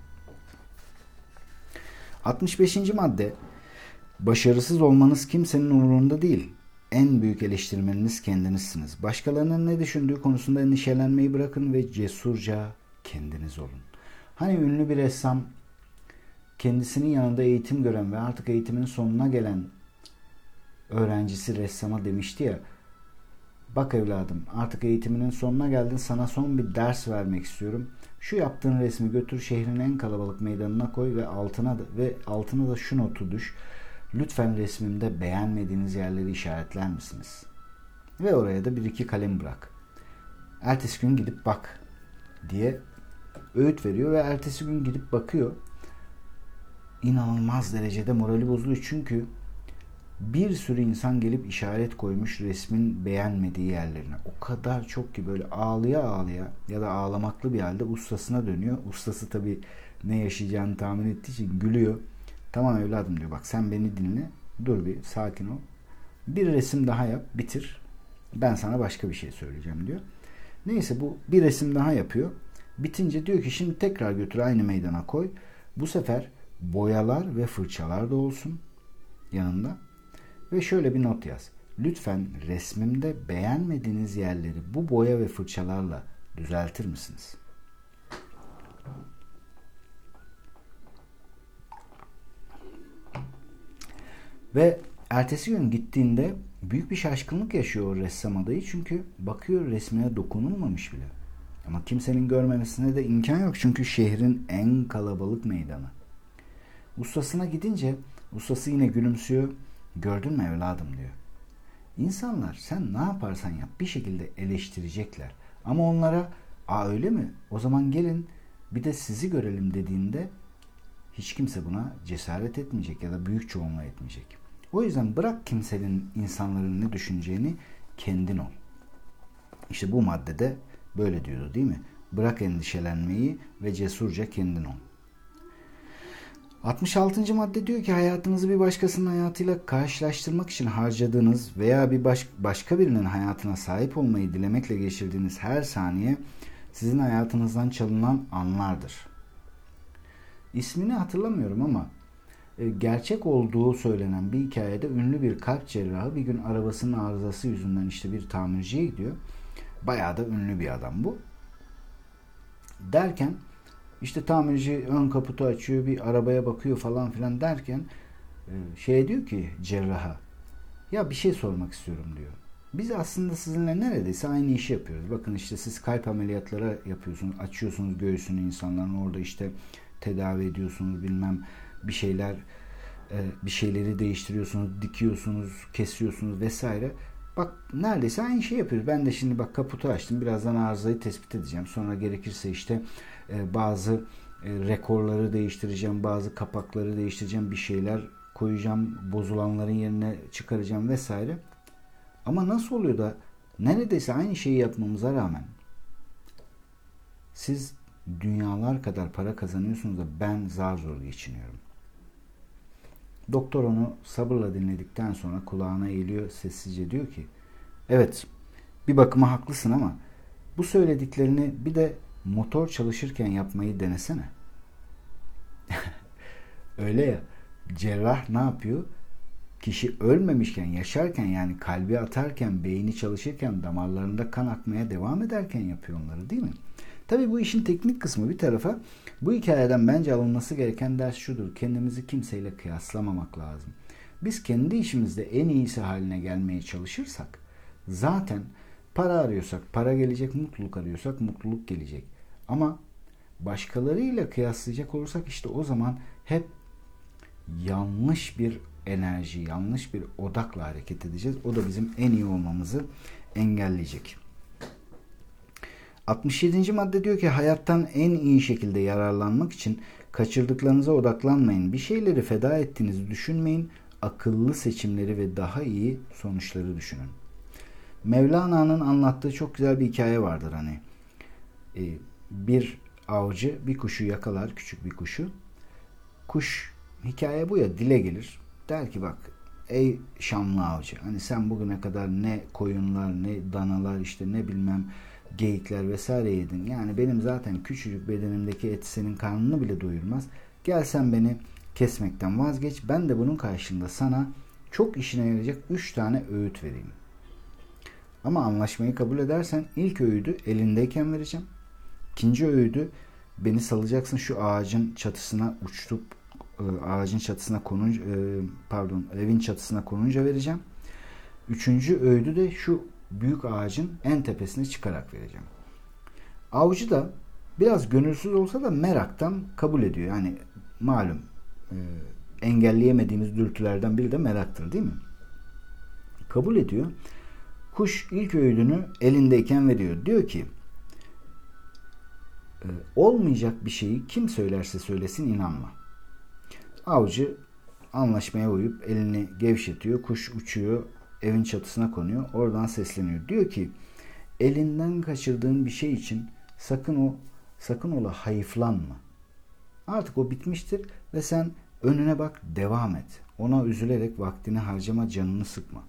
65. madde, başarısız olmanız kimsenin umurunda değil. En büyük eleştirmeniniz kendinizsiniz. Başkalarının ne düşündüğü konusunda endişelenmeyi bırakın ve cesurca kendiniz olun. Hani ünlü bir ressam kendisinin yanında eğitim gören ve artık eğitimin sonuna gelen öğrencisi ressama demişti ya, bak evladım artık eğitiminin sonuna geldin, sana son bir ders vermek istiyorum. Şu yaptığın resmi götür şehrin en kalabalık meydanına koy ve altına da şu notu düş. Lütfen resmimde beğenmediğiniz yerleri işaretler misiniz? Ve oraya da bir iki kalem bırak. Ertesi gün gidip bak diye öğüt veriyor ve ertesi gün gidip bakıyor. İnanılmaz derecede morali bozuluyor. Çünkü bir sürü insan gelip işaret koymuş resmin beğenmediği yerlerine. O kadar çok ki böyle ağlaya ağlaya ya da ağlamaklı bir halde ustasına dönüyor. Ustası tabii ne yaşayacağını tahmin ettiği için gülüyor. Tamam evladım diyor, bak sen beni dinle. Dur bir sakin ol. Bir resim daha yap, bitir. Ben sana başka bir şey söyleyeceğim diyor. Neyse bu bir resim daha yapıyor. Bitince diyor ki şimdi tekrar götür aynı meydana koy. Bu sefer boyalar ve fırçalar da olsun yanında. Ve şöyle bir not yaz. Lütfen resmimde beğenmediğiniz yerleri bu boya ve fırçalarla düzeltir misiniz? Ve ertesi gün gittiğinde büyük bir şaşkınlık yaşıyor o ressam adayı. Çünkü bakıyor resmine dokunulmamış bile. Ama kimsenin görmemesine de imkan yok. Çünkü şehrin en kalabalık meydanı. Ustasına gidince ustası yine gülümsüyor. Gördün mü evladım diyor. İnsanlar sen ne yaparsan yap bir şekilde eleştirecekler. Ama onlara öyle mi? O zaman gelin bir de sizi görelim dediğinde hiç kimse buna cesaret etmeyecek ya da büyük çoğunluğa etmeyecek. O yüzden bırak kimsenin, insanların ne düşüneceğini, kendin ol. İşte bu maddede böyle diyordu değil mi? Bırak endişelenmeyi ve cesurca kendin ol. 66. madde diyor ki hayatınızı bir başkasının hayatıyla karşılaştırmak için harcadığınız veya başka birinin hayatına sahip olmayı dilemekle geçirdiğiniz her saniye sizin hayatınızdan çalınan anlardır. İsmini hatırlamıyorum ama gerçek olduğu söylenen bir hikayede ünlü bir kalp cerrahı bir gün arabasının arızası yüzünden işte bir tamirciye gidiyor. Bayağı da ünlü bir adam bu. Derken işte tamirci ön kaputu açıyor, bir arabaya bakıyor falan filan derken diyor ki cerraha, ya bir şey sormak istiyorum diyor. Biz aslında sizinle neredeyse aynı işi yapıyoruz. Bakın işte siz kalp ameliyatları yapıyorsunuz, açıyorsunuz göğsünü insanların, orada işte tedavi ediyorsunuz, bilmem bir şeyleri değiştiriyorsunuz, dikiyorsunuz, kesiyorsunuz vesaire. Bak neredeyse aynı şey yapıyoruz. Ben de şimdi bak kaputu açtım. Birazdan arızayı tespit edeceğim. Sonra gerekirse işte bazı rekorları değiştireceğim. Bazı kapakları değiştireceğim. Bir şeyler koyacağım. Bozulanların yerine çıkaracağım vesaire. Ama nasıl oluyor da neredeyse aynı şeyi yapmamıza rağmen siz dünyalar kadar para kazanıyorsunuz da ben zar zor geçiniyorum. Doktor onu sabırla dinledikten sonra kulağına eğiliyor, sessizce diyor ki evet bir bakıma haklısın ama bu söylediklerini bir de motor çalışırken yapmayı denesene. Öyle ya, cerrah ne yapıyor? Kişi ölmemişken, yaşarken, yani kalbi atarken, beyni çalışırken, damarlarında kan akmaya devam ederken yapıyor onları değil mi? Tabii bu işin teknik kısmı bir tarafa. Bu hikayeden bence alınması gereken ders şudur. Kendimizi kimseyle kıyaslamamak lazım. Biz kendi işimizde en iyisi haline gelmeye çalışırsak zaten para arıyorsak para gelecek, mutluluk arıyorsak mutluluk gelecek. Ama başkalarıyla kıyaslayacak olursak işte o zaman hep yanlış bir enerji, yanlış bir odakla hareket edeceğiz. O da bizim en iyi olmamızı engelleyecek. 67. madde diyor ki hayattan en iyi şekilde yararlanmak için kaçırdıklarınıza odaklanmayın. Bir şeyleri feda ettiğinizi düşünmeyin. Akıllı seçimleri ve daha iyi sonuçları düşünün. Mevlana'nın anlattığı çok güzel bir hikaye vardır hani. Bir avcı bir kuşu yakalar, küçük bir kuşu. Kuş, hikaye bu ya, dile gelir. Der ki bak ey şanlı avcı, hani sen bugüne kadar ne koyunlar, ne danalar, işte ne bilmem geyikler vesaire yedin. Yani benim zaten küçücük bedenimdeki et senin karnını bile doyurmaz. Gel sen beni kesmekten vazgeç. Ben de bunun karşılığında sana çok işine yarayacak 3 tane öğüt vereyim. Ama anlaşmayı kabul edersen ilk öğüdü elindeyken vereceğim. İkinci öğüdü beni salacaksın şu ağacın çatısına uçtup ağacın çatısına konunca evin çatısına konunca vereceğim. Üçüncü öğüdü de şu büyük ağacın en tepesine çıkarak vereceğim. Avcı da biraz gönülsüz olsa da meraktan kabul ediyor. Yani malum engelleyemediğimiz dürtülerden biri de meraktır, değil mi? Kabul ediyor. Kuş ilk öğüdünü elindeyken veriyor. Diyor ki olmayacak bir şeyi kim söylerse söylesin inanma. Avcı anlaşmaya uyup elini gevşetiyor. Kuş uçuyor, evin çatısına konuyor. Oradan sesleniyor. Diyor ki elinden kaçırdığın bir şey için sakın ola hayıflanma. Artık o bitmiştir ve sen önüne bak, devam et. Ona üzülerek vaktini harcama, canını sıkma.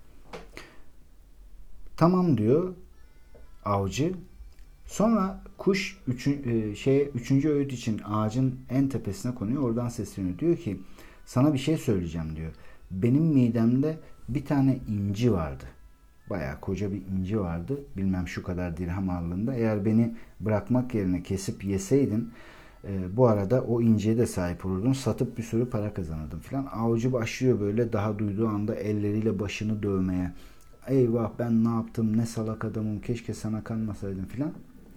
Tamam diyor avcı. Sonra kuş üçüncü öğüt için ağacın en tepesine konuyor. Oradan sesleniyor. Diyor ki sana bir şey söyleyeceğim diyor. Benim midemde bir tane inci vardı. Bayağı koca bir inci vardı. Bilmem şu kadar dirhem ağırlığında. Eğer beni bırakmak yerine kesip yeseydin bu arada o inciye de sahip olurdun. Satıp bir sürü para kazanırdın falan. Avcı başlıyor böyle daha duyduğu anda elleriyle başını dövmeye. Eyvah ben ne yaptım, ne salak adamım, keşke sana kanmasaydım filan.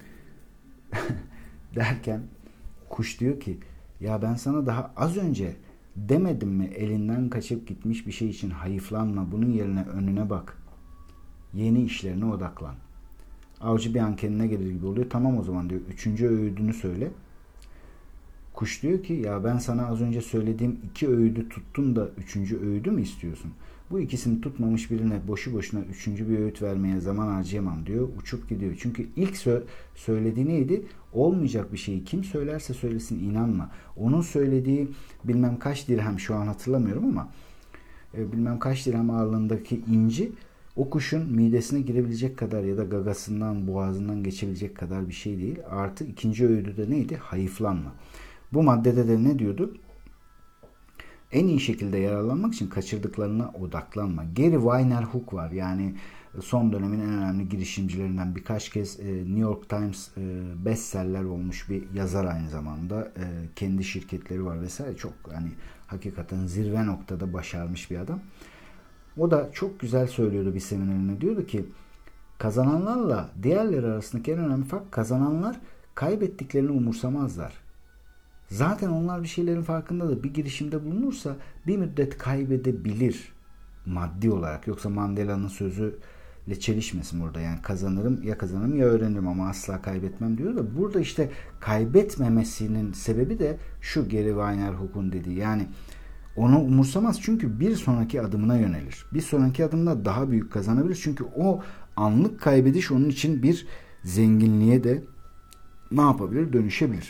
Derken kuş diyor ki ya ben sana daha az önce demedim mi elinden kaçıp gitmiş bir şey için hayıflanma, bunun yerine önüne bak, yeni işlerine odaklan. Avcı bir an kendine gelir gibi oluyor. Tamam o zaman diyor, üçüncü öğüdünü söyle. Kuş diyor ki ya ben sana az önce söylediğim 2 öğüdü tuttun da 3. öğüdü mü istiyorsun? Bu ikisini tutmamış birine boşu boşuna 3. bir öğüt vermeye zaman harcayamam diyor. Uçup gidiyor. Çünkü ilk söylediği neydi? Olmayacak bir şeyi kim söylerse söylesin inanma. Onun söylediği bilmem kaç dirhem, şu an hatırlamıyorum ama bilmem kaç dirhem ağırlığındaki inci o kuşun midesine girebilecek kadar ya da gagasından, boğazından geçebilecek kadar bir şey değil. Artı 2. öğüdü de neydi? Hayıflanma. Bu maddede de ne diyordu? En iyi şekilde yararlanmak için kaçırdıklarına odaklanma. Gary Vaynerchuk var. Yani son dönemin en önemli girişimcilerinden, birkaç kez New York Times bestseller olmuş bir yazar aynı zamanda. Kendi şirketleri var vesaire. Çok hani hakikaten zirve noktada başarmış bir adam. O da çok güzel söylüyordu bir seminerinde. Diyordu ki kazananlarla diğerleri arasındaki en önemli fark, kazananlar kaybettiklerini umursamazlar. Zaten onlar bir şeylerin farkında da bir girişimde bulunursa bir müddet kaybedebilir maddi olarak. Yoksa Mandela'nın sözüyle çelişmesin burada. Yani kazanırım ya öğrenirim ama asla kaybetmem diyor da burada işte kaybetmemesinin sebebi de şu, Gary Vaynerchuk'un dediği. Yani onu umursamaz çünkü bir sonraki adımına yönelir. Bir sonraki adımda daha büyük kazanabilir. Çünkü o anlık kaybediş onun için bir zenginliğe de ne yapabilir? Dönüşebilir.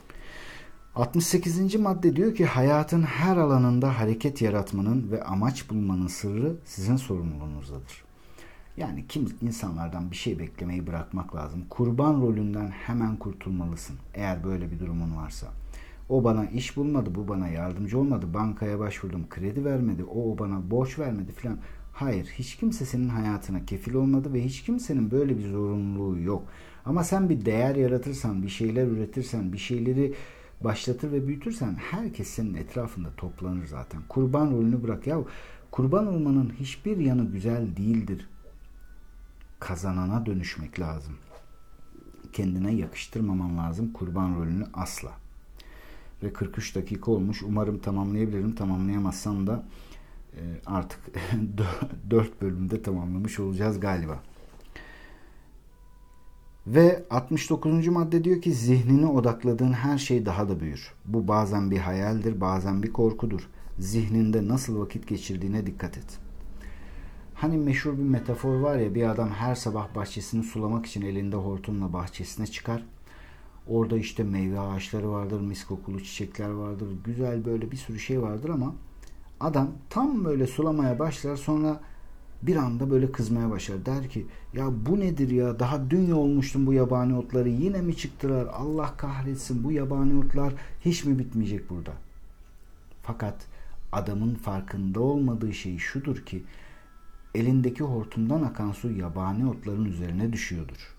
68. madde diyor ki hayatın her alanında hareket yaratmanın ve amaç bulmanın sırrı sizin sorumluluğunuzdadır. Yani insanlardan bir şey beklemeyi bırakmak lazım. Kurban rolünden hemen kurtulmalısın eğer böyle bir durumun varsa. O bana iş bulmadı, bu bana yardımcı olmadı, bankaya başvurdum, kredi vermedi, o bana borç vermedi filan. Hayır, hiç kimse senin hayatına kefil olmadı ve hiç kimsenin böyle bir zorunluluğu yok. Ama sen bir değer yaratırsan, bir şeyler üretirsen, bir şeyleri başlatır ve büyütürsen herkes senin etrafında toplanır zaten. Kurban rolünü bırak. Ya kurban olmanın hiçbir yanı güzel değildir. Kazanana dönüşmek lazım. Kendine yakıştırmaman lazım kurban rolünü asla. Ve 43 dakika olmuş. Umarım tamamlayabilirim. Tamamlayamazsam da artık 4 bölümde tamamlamış olacağız galiba. Ve 69. madde diyor ki zihnini odakladığın her şey daha da büyür. Bu bazen bir hayaldir, bazen bir korkudur. Zihninde nasıl vakit geçirdiğine dikkat et. Hani meşhur bir metafor var ya, bir adam her sabah bahçesini sulamak için elinde hortumla bahçesine çıkar. Orada işte meyve ağaçları vardır, mis kokulu çiçekler vardır, güzel böyle bir sürü şey vardır ama adam tam böyle sulamaya başlar, sonra bir anda böyle kızmaya başlar. Der ki ya bu nedir ya, daha dün olmuştum bu yabani otları, yine mi çıktılar, Allah kahretsin, bu yabani otlar hiç mi bitmeyecek burada. Fakat adamın farkında olmadığı şey şudur ki elindeki hortumdan akan su yabani otların üzerine düşüyordur.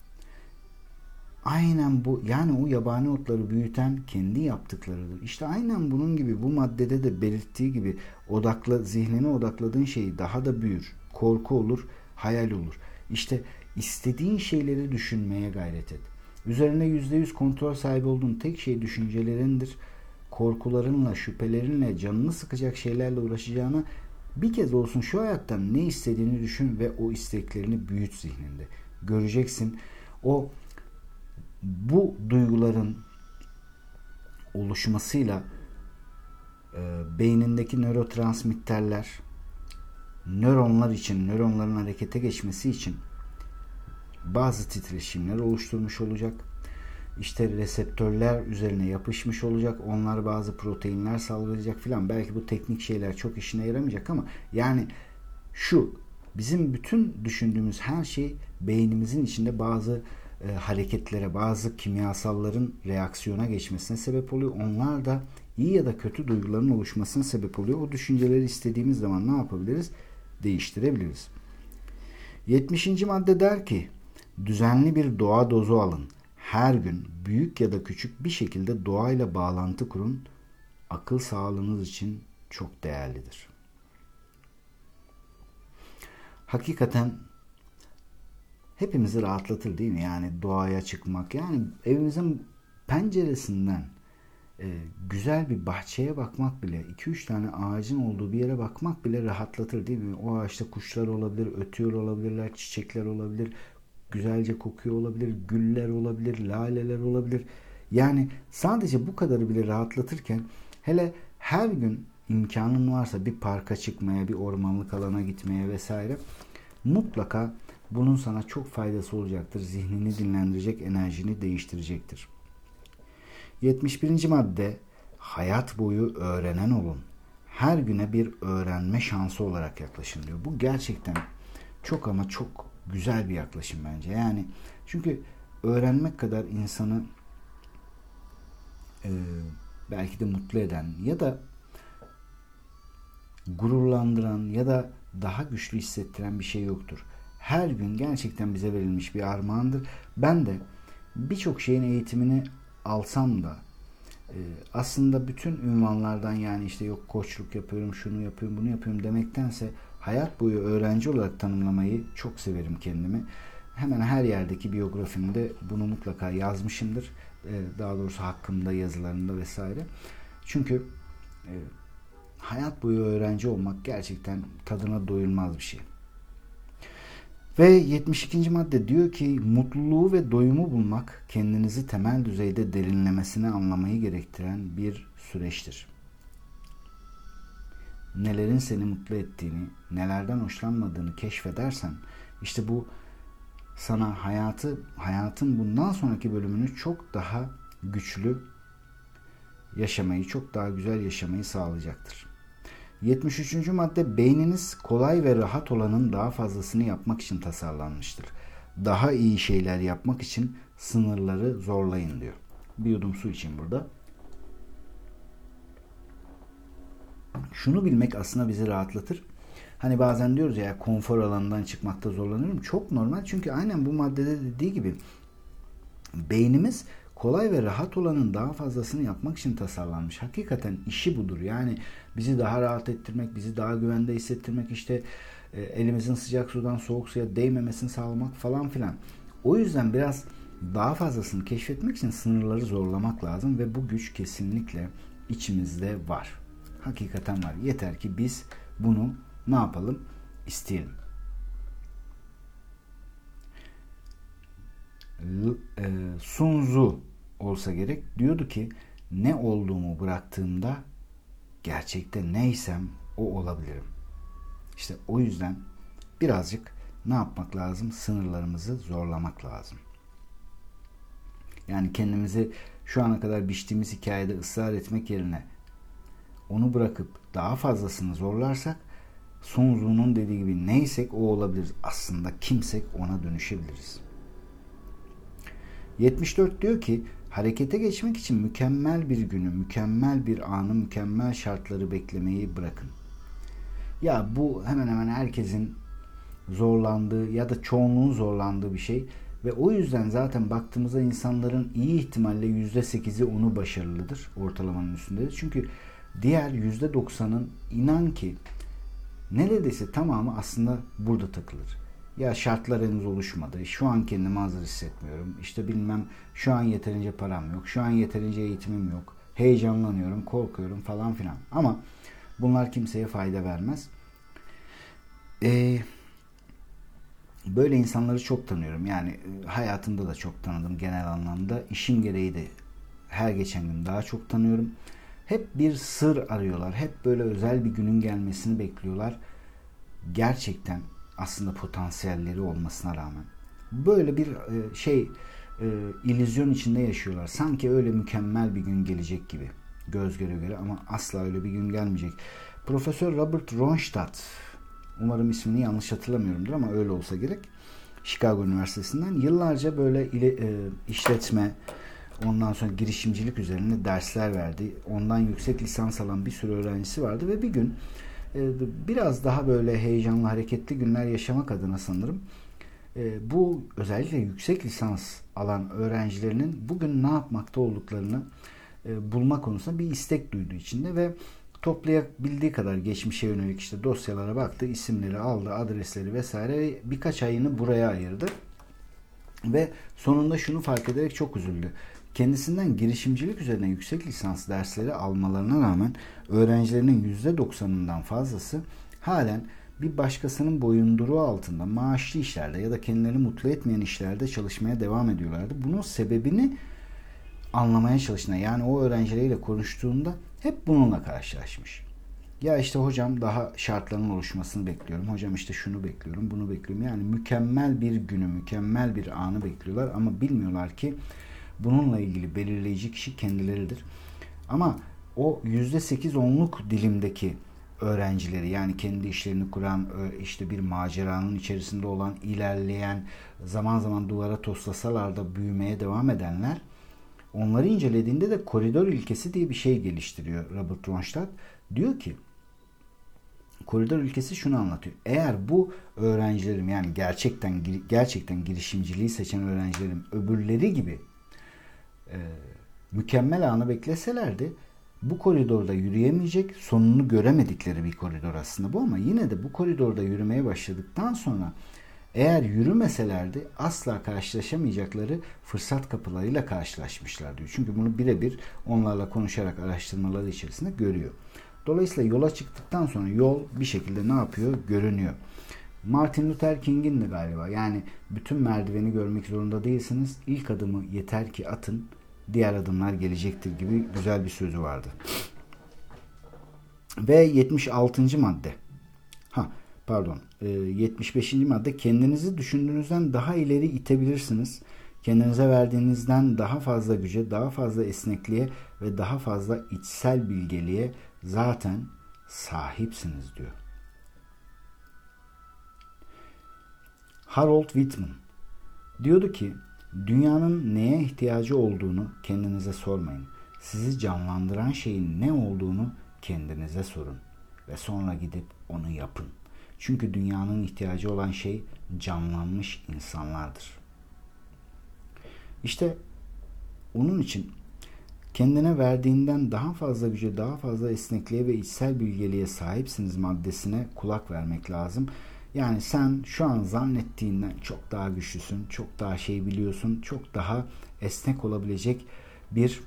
Aynen bu, yani o yabani otları büyüten kendi yaptıklarıdır. İşte aynen bunun gibi bu maddede de belirttiği gibi zihnine odakladığın şey daha da büyür. Korku olur, hayal olur. İşte istediğin şeyleri düşünmeye gayret et. Üzerine %100 kontrol sahibi olduğun tek şey düşüncelerindir. korkularınla, şüphelerinle, canını sıkacak şeylerle uğraşacağına bir kez olsun şu hayattan ne istediğini düşün ve o isteklerini büyüt zihninde. Göreceksin bu duyguların oluşmasıyla beynindeki nörotransmitterler, nöronların harekete geçmesi için bazı titreşimler oluşturmuş olacak. İşte reseptörler üzerine yapışmış olacak. Onlar bazı proteinler salgılayacak filan. Belki bu teknik şeyler çok işine yaramayacak ama yani bizim bütün düşündüğümüz her şey beynimizin içinde bazı hareketlere, bazı kimyasalların reaksiyona geçmesine sebep oluyor. Onlar da iyi ya da kötü duyguların oluşmasına sebep oluyor. O düşünceleri istediğimiz zaman ne yapabiliriz? Değiştirebiliriz. 70. madde der ki, düzenli bir doğa dozu alın. Her gün büyük ya da küçük bir şekilde doğayla bağlantı kurun. Akıl sağlığınız için çok değerlidir. Hakikaten hepimizi rahatlatır değil mi? Yani doğaya çıkmak. Yani evimizin penceresinden güzel bir bahçeye bakmak bile, 2-3 tane ağacın olduğu bir yere bakmak bile rahatlatır değil mi? O ağaçta kuşlar olabilir, ötüyor olabilirler, çiçekler olabilir, güzelce kokuyor olabilir, güller olabilir, laleler olabilir. Yani sadece bu kadarı bile rahatlatırken hele her gün imkanın varsa bir parka çıkmaya, bir ormanlık alana gitmeye vesaire mutlaka bunun sana çok faydası olacaktır. Zihnini dinlendirecek, enerjini değiştirecektir. 71. madde, hayat boyu öğrenen olun. Her güne bir öğrenme şansı olarak yaklaşın diyor. Bu gerçekten çok ama çok güzel bir yaklaşım bence. Yani çünkü öğrenmek kadar insanı belki de mutlu eden ya da gururlandıran ya da daha güçlü hissettiren bir şey yoktur. Her gün gerçekten bize verilmiş bir armağandır. Ben de birçok şeyin eğitimini alsam da aslında bütün ünvanlardan, yani işte yok koçluk yapıyorum, şunu yapıyorum, bunu yapıyorum demektense hayat boyu öğrenci olarak tanımlamayı çok severim kendimi. Hemen her yerdeki biyografimde bunu mutlaka yazmışımdır. Daha doğrusu hakkımda, yazılarımda vesaire. Çünkü hayat boyu öğrenci olmak gerçekten tadına doyulmaz bir şey. Ve 72. madde diyor ki, mutluluğu ve doyumu bulmak kendinizi temel düzeyde derinlemesine anlamayı gerektiren bir süreçtir. Nelerin seni mutlu ettiğini, nelerden hoşlanmadığını keşfedersen, işte bu sana hayatın bundan sonraki bölümünü çok daha güçlü yaşamayı, çok daha güzel yaşamayı sağlayacaktır. 73. madde, beyniniz kolay ve rahat olanın daha fazlasını yapmak için tasarlanmıştır. Daha iyi şeyler yapmak için sınırları zorlayın diyor. Bir yudum su için burada. Şunu bilmek aslında bizi rahatlatır. Hani bazen diyoruz ya, konfor alanından çıkmakta zorlanıyorum. Çok normal, çünkü aynen bu maddede dediği gibi beynimiz kolay ve rahat olanın daha fazlasını yapmak için tasarlanmış. Hakikaten işi budur. Yani bizi daha rahat ettirmek, bizi daha güvende hissettirmek, işte elimizin sıcak sudan soğuk suya değmemesini sağlamak falan filan. O yüzden biraz daha fazlasını keşfetmek için sınırları zorlamak lazım ve bu güç kesinlikle içimizde var. Hakikaten var. Yeter ki biz bunu ne yapalım? İsteyelim. Sun Tzu olsa gerek diyordu ki, ne olduğumu bıraktığımda gerçekte neysem o olabilirim. İşte o yüzden birazcık ne yapmak lazım? Sınırlarımızı zorlamak lazım. Yani kendimizi şu ana kadar biçtiğimiz hikayede ısrar etmek yerine onu bırakıp daha fazlasını zorlarsak, Sun Tzu'nun dediği gibi neysek o olabiliriz. Aslında kimsek ona dönüşebiliriz. 74 diyor ki, harekete geçmek için mükemmel bir günü, mükemmel bir anı, mükemmel şartları beklemeyi bırakın. Ya bu hemen hemen herkesin zorlandığı ya da çoğunluğun zorlandığı bir şey ve o yüzden zaten baktığımızda insanların iyi ihtimalle %8'i onu başarılıdır, ortalamanın üstündedir. Çünkü diğer %90'ın inan ki neredeyse tamamı aslında burada takılır. Ya şartlar henüz oluşmadı, şu an kendimi hazır hissetmiyorum, İşte bilmem şu an yeterince param yok, şu an yeterince eğitimim yok heyecanlanıyorum, korkuyorum falan filan. Ama bunlar kimseye fayda vermez. Böyle insanları çok tanıyorum. Yani hayatımda da çok tanıdım genel anlamda. İşim gereği de her geçen gün daha çok tanıyorum. Hep bir sır arıyorlar. Hep böyle özel bir günün gelmesini bekliyorlar. Gerçekten aslında potansiyelleri olmasına rağmen böyle bir illüzyon içinde yaşıyorlar. Sanki öyle mükemmel bir gün gelecek gibi göz göre göre, ama asla öyle bir gün gelmeyecek. Profesör Robert Ronstadt, umarım ismini yanlış hatırlamıyorumdur ama öyle olsa gerek, Chicago Üniversitesi'nden yıllarca böyle işletme, ondan sonra girişimcilik üzerine dersler verdi. Ondan yüksek lisans alan bir sürü öğrencisi vardı ve bir gün biraz daha böyle heyecanlı, hareketli günler yaşamak adına sanırım bu özellikle yüksek lisans alan öğrencilerinin bugün ne yapmakta olduklarını bulma konusunda bir istek duyduğu içinde ve toplayabildiği kadar geçmişe yönelik işte dosyalara baktı, isimleri aldı, adresleri vesaire ve birkaç ayını buraya ayırdı. Ve sonunda şunu fark ederek çok üzüldü. Kendisinden girişimcilik üzerine yüksek lisans dersleri almalarına rağmen öğrencilerinin %90'ından fazlası halen bir başkasının boyunduruğu altında maaşlı işlerde ya da kendilerini mutlu etmeyen işlerde çalışmaya devam ediyorlardı. Bunun sebebini anlamaya çalıştığında, yani o öğrencileriyle konuştuğunda hep bununla karşılaşmış. Ya işte hocam daha şartların oluşmasını bekliyorum. Hocam işte şunu bekliyorum, bunu bekliyorum. Yani mükemmel bir günü, mükemmel bir anı bekliyorlar ama bilmiyorlar ki bununla ilgili belirleyici kişi kendileridir. Ama o %8-10'luk dilimdeki öğrencileri, yani kendi işlerini kuran, işte bir maceranın içerisinde olan, ilerleyen, zaman zaman duvara toslasalar da büyümeye devam edenler, onları incelediğinde de koridor ilkesi diye bir şey geliştiriyor Robert Ronstadt. Diyor ki koridor ilkesi şunu anlatıyor. Eğer bu öğrencilerim, yani gerçekten girişimciliği seçen öğrencilerim öbürleri gibi mükemmel anı bekleselerdi bu koridorda yürüyemeyecek, sonunu göremedikleri bir koridor aslında bu, ama yine de bu koridorda yürümeye başladıktan sonra eğer yürümeselerdi asla karşılaşamayacakları fırsat kapılarıyla karşılaşmışlar diyor. Çünkü bunu birebir onlarla konuşarak araştırmaları içerisinde görüyor. Dolayısıyla yola çıktıktan sonra yol bir şekilde ne yapıyor? Görünüyor. Martin Luther King'in de galiba, yani bütün merdiveni görmek zorunda değilsiniz. İlk adımı yeter ki atın, diğer adımlar gelecektir gibi güzel bir sözü vardı. Ve 76. madde. 75. madde, kendinizi düşündüğünüzden daha ileri itebilirsiniz. Kendinize verdiğinizden daha fazla güce, daha fazla esnekliğe ve daha fazla içsel bilgeliğe zaten sahipsiniz diyor. Harold Whitman diyordu ki, dünyanın neye ihtiyacı olduğunu kendinize sormayın. Sizi canlandıran şeyin ne olduğunu kendinize sorun ve sonra gidip onu yapın. Çünkü dünyanın ihtiyacı olan şey canlanmış insanlardır. İşte onun için kendine verdiğinden daha fazla güce, daha fazla esnekliğe ve içsel bilgeliğe sahipsiniz maddesine kulak vermek lazım. Yani sen şu an zannettiğinden çok daha güçlüsün, çok daha şey biliyorsun, çok daha esnek olabilecek bir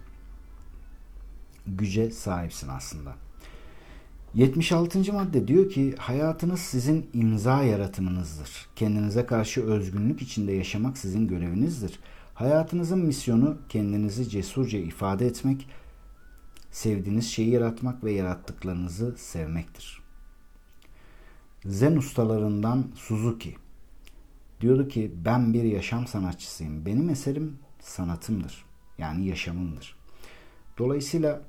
güce sahipsin aslında. 76. madde diyor ki, hayatınız sizin imza yaratımınızdır. Kendinize karşı özgünlük içinde yaşamak sizin görevinizdir. Hayatınızın misyonu kendinizi cesurca ifade etmek, sevdiğiniz şeyi yaratmak ve yarattıklarınızı sevmektir. Zen ustalarından Suzuki diyordu ki, ben bir yaşam sanatçısıyım. Benim eserim sanatımdır. Yani yaşamımdır. Dolayısıyla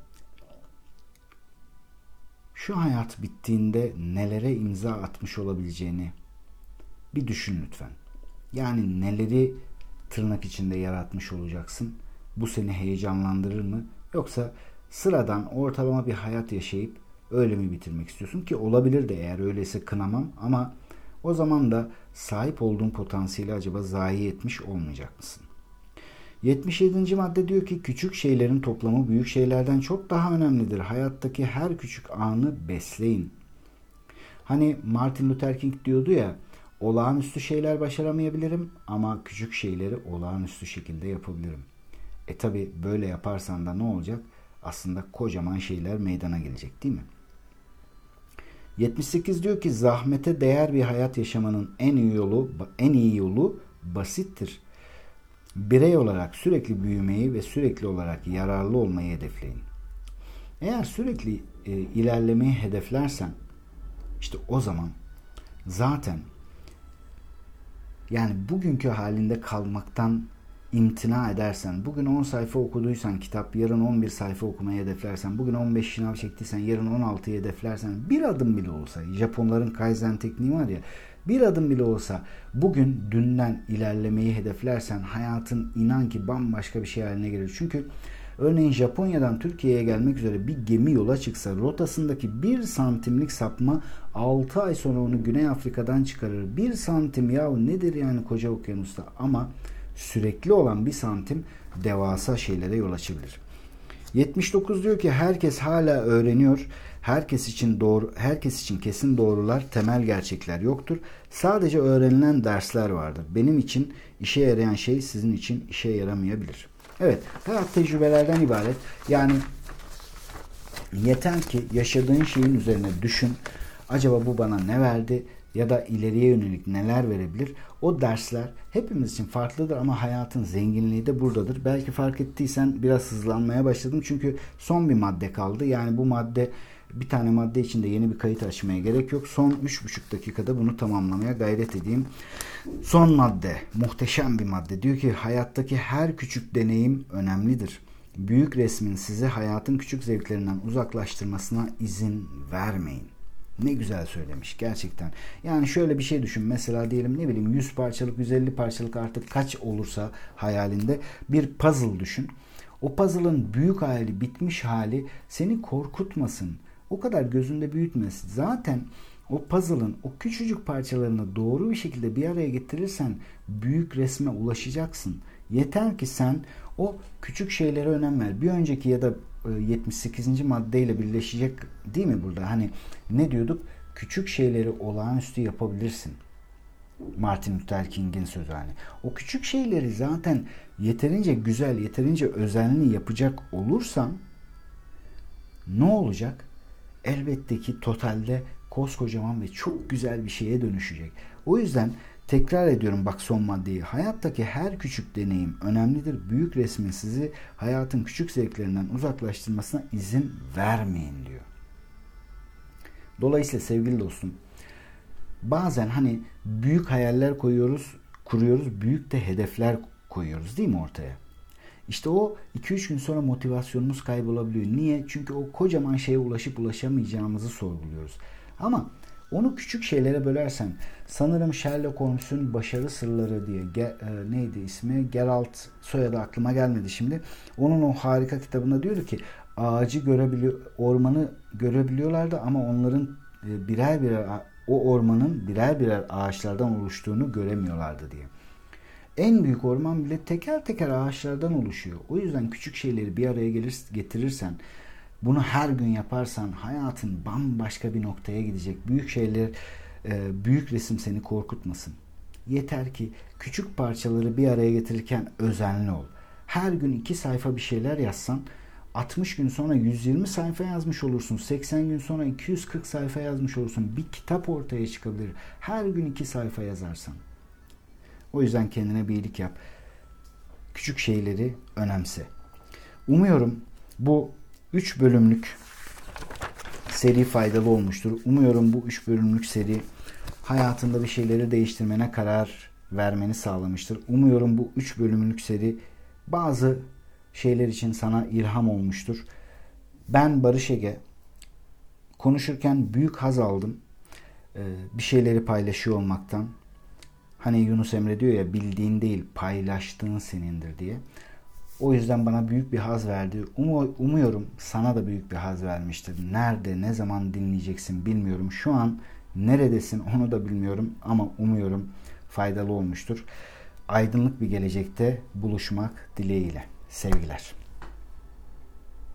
şu hayat bittiğinde nelere imza atmış olabileceğini bir düşün lütfen. Yani neleri tırnak içinde yaratmış olacaksın? Bu seni heyecanlandırır mı? Yoksa sıradan ortalama bir hayat yaşayıp öyle mi bitirmek istiyorsun? Ki olabilir de, eğer öyleyse kınamam, ama o zaman da sahip olduğun potansiyeli acaba zayi etmiş olmayacak mısın? 77. madde diyor ki, küçük şeylerin toplamı büyük şeylerden çok daha önemlidir. Hayattaki her küçük anı besleyin. Hani Martin Luther King diyordu ya, olağanüstü şeyler başaramayabilirim ama küçük şeyleri olağanüstü şekilde yapabilirim. Tabi böyle yaparsan da ne olacak? aslında kocaman şeyler meydana gelecek, değil mi? 78 diyor ki zahmete değer bir hayat yaşamanın en iyi yolu basittir. Birey olarak sürekli büyümeyi ve sürekli olarak yararlı olmayı hedefleyin. Eğer sürekli ilerlemeyi hedeflersen işte o zaman zaten yani bugünkü halinde kalmaktan imtina edersen, bugün 10 sayfa okuduysan kitap, yarın 11 sayfa okumayı hedeflersen, bugün 15 şınav çektiysen, yarın 16'yı hedeflersen, bir adım bile olsa, Japonların Kaizen tekniği var ya, bir adım bile olsa bugün dünden ilerlemeyi hedeflersen hayatın inan ki bambaşka bir şey haline gelir. Çünkü örneğin Japonya'dan Türkiye'ye gelmek üzere bir gemi yola çıksa rotasındaki 1 santimlik sapma 6 ay sonra onu Güney Afrika'dan çıkarır. 1 santim ya nedir yani koca okyanusta, ama sürekli olan 1 santim devasa şeylere yol açabilir. 79 diyor ki herkes hala öğreniyor. Herkes için kesin doğrular, temel gerçekler yoktur. Sadece öğrenilen dersler vardır. Benim için işe yarayan şey sizin için işe yaramayabilir. Evet, hayat tecrübelerden ibaret. Yani yeter ki yaşadığın şeyin üzerine düşün. Acaba bu bana ne verdi? Ya da ileriye yönelik neler verebilir? O dersler hepimiz için farklıdır ama hayatın zenginliği de buradadır. Belki fark ettiysen biraz hızlanmaya başladım. Çünkü son bir madde kaldı. Yani bu madde, bir tane madde içinde yeni bir kayıt açmaya gerek yok. Son 3,5 dakikada bunu tamamlamaya gayret edeyim. Son madde, muhteşem bir madde. Diyor ki hayattaki her küçük deneyim önemlidir. Büyük resmin sizi hayatın küçük zevklerinden uzaklaştırmasına izin vermeyin. Ne güzel söylemiş gerçekten. Yani şöyle bir şey düşün. Mesela diyelim 100 parçalık, 150 parçalık artık kaç olursa hayalinde bir puzzle düşün. O puzzle'ın büyük hali, bitmiş hali seni korkutmasın. O kadar gözünde büyütmesin. Zaten o puzzle'ın o küçücük parçalarını doğru bir şekilde bir araya getirirsen büyük resme ulaşacaksın. Yeter ki sen o küçük şeylere önem ver. Bir önceki ya da 78. maddeyle birleşecek değil mi burada? Hani ne diyorduk? Küçük şeyleri olağanüstü yapabilirsin. Martin Luther King'in sözü hani. O küçük şeyleri zaten yeterince güzel, yeterince özenli yapacak olursan ne olacak? Elbette ki totalde koskocaman ve çok güzel bir şeye dönüşecek. O yüzden tekrar ediyorum bak son maddeyi. Hayattaki her küçük deneyim önemlidir. Büyük resmin sizi hayatın küçük zevklerinden uzaklaştırmasına izin vermeyin diyor. Dolayısıyla sevgili dostum, bazen hani büyük hayaller kuruyoruz, büyük de hedefler koyuyoruz değil mi ortaya? İşte o 2-3 gün sonra motivasyonumuz kaybolabiliyor. Niye? Çünkü o kocaman şeye ulaşamayacağımızı sorguluyoruz. Ama onu küçük şeylere bölersen, sanırım Sherlock Holmes'un Başarı Sırları diye neydi ismi? Geralt, soyadı aklıma gelmedi şimdi. Onun o harika kitabında diyor ki ormanı görebiliyorlardı ama onların ormanın birer birer ağaçlardan oluştuğunu göremiyorlardı diye. En büyük orman bile teker teker ağaçlardan oluşuyor. O yüzden küçük şeyleri bir araya getirirsen, bunu her gün yaparsan hayatın bambaşka bir noktaya gidecek. Büyük resim seni korkutmasın. Yeter ki küçük parçaları bir araya getirirken özenli ol. Her gün 2 sayfa bir şeyler yazsan 60 gün sonra 120 sayfa yazmış olursun. 80 gün sonra 240 sayfa yazmış olursun. Bir kitap ortaya çıkabilir. Her gün 2 sayfa yazarsan. O yüzden kendine bir iyilik yap. Küçük şeyleri önemse. Umuyorum bu 3 bölümlük seri faydalı olmuştur. Umuyorum bu 3 bölümlük seri hayatında bir şeyleri değiştirmene karar vermeni sağlamıştır. Umuyorum bu 3 bölümlük seri bazı şeyler için sana ilham olmuştur. Ben Barış Ege. Konuşurken büyük haz aldım. Bir şeyleri paylaşıyor olmaktan. Hani Yunus Emre diyor ya, bildiğin değil paylaştığın senindir diye. O yüzden bana büyük bir haz verdi. Umuyorum sana da büyük bir haz vermiştir. Nerede, ne zaman dinleyeceksin bilmiyorum. Şu an neredesin onu da bilmiyorum ama umuyorum faydalı olmuştur. Aydınlık bir gelecekte buluşmak dileğiyle. Sevgiler.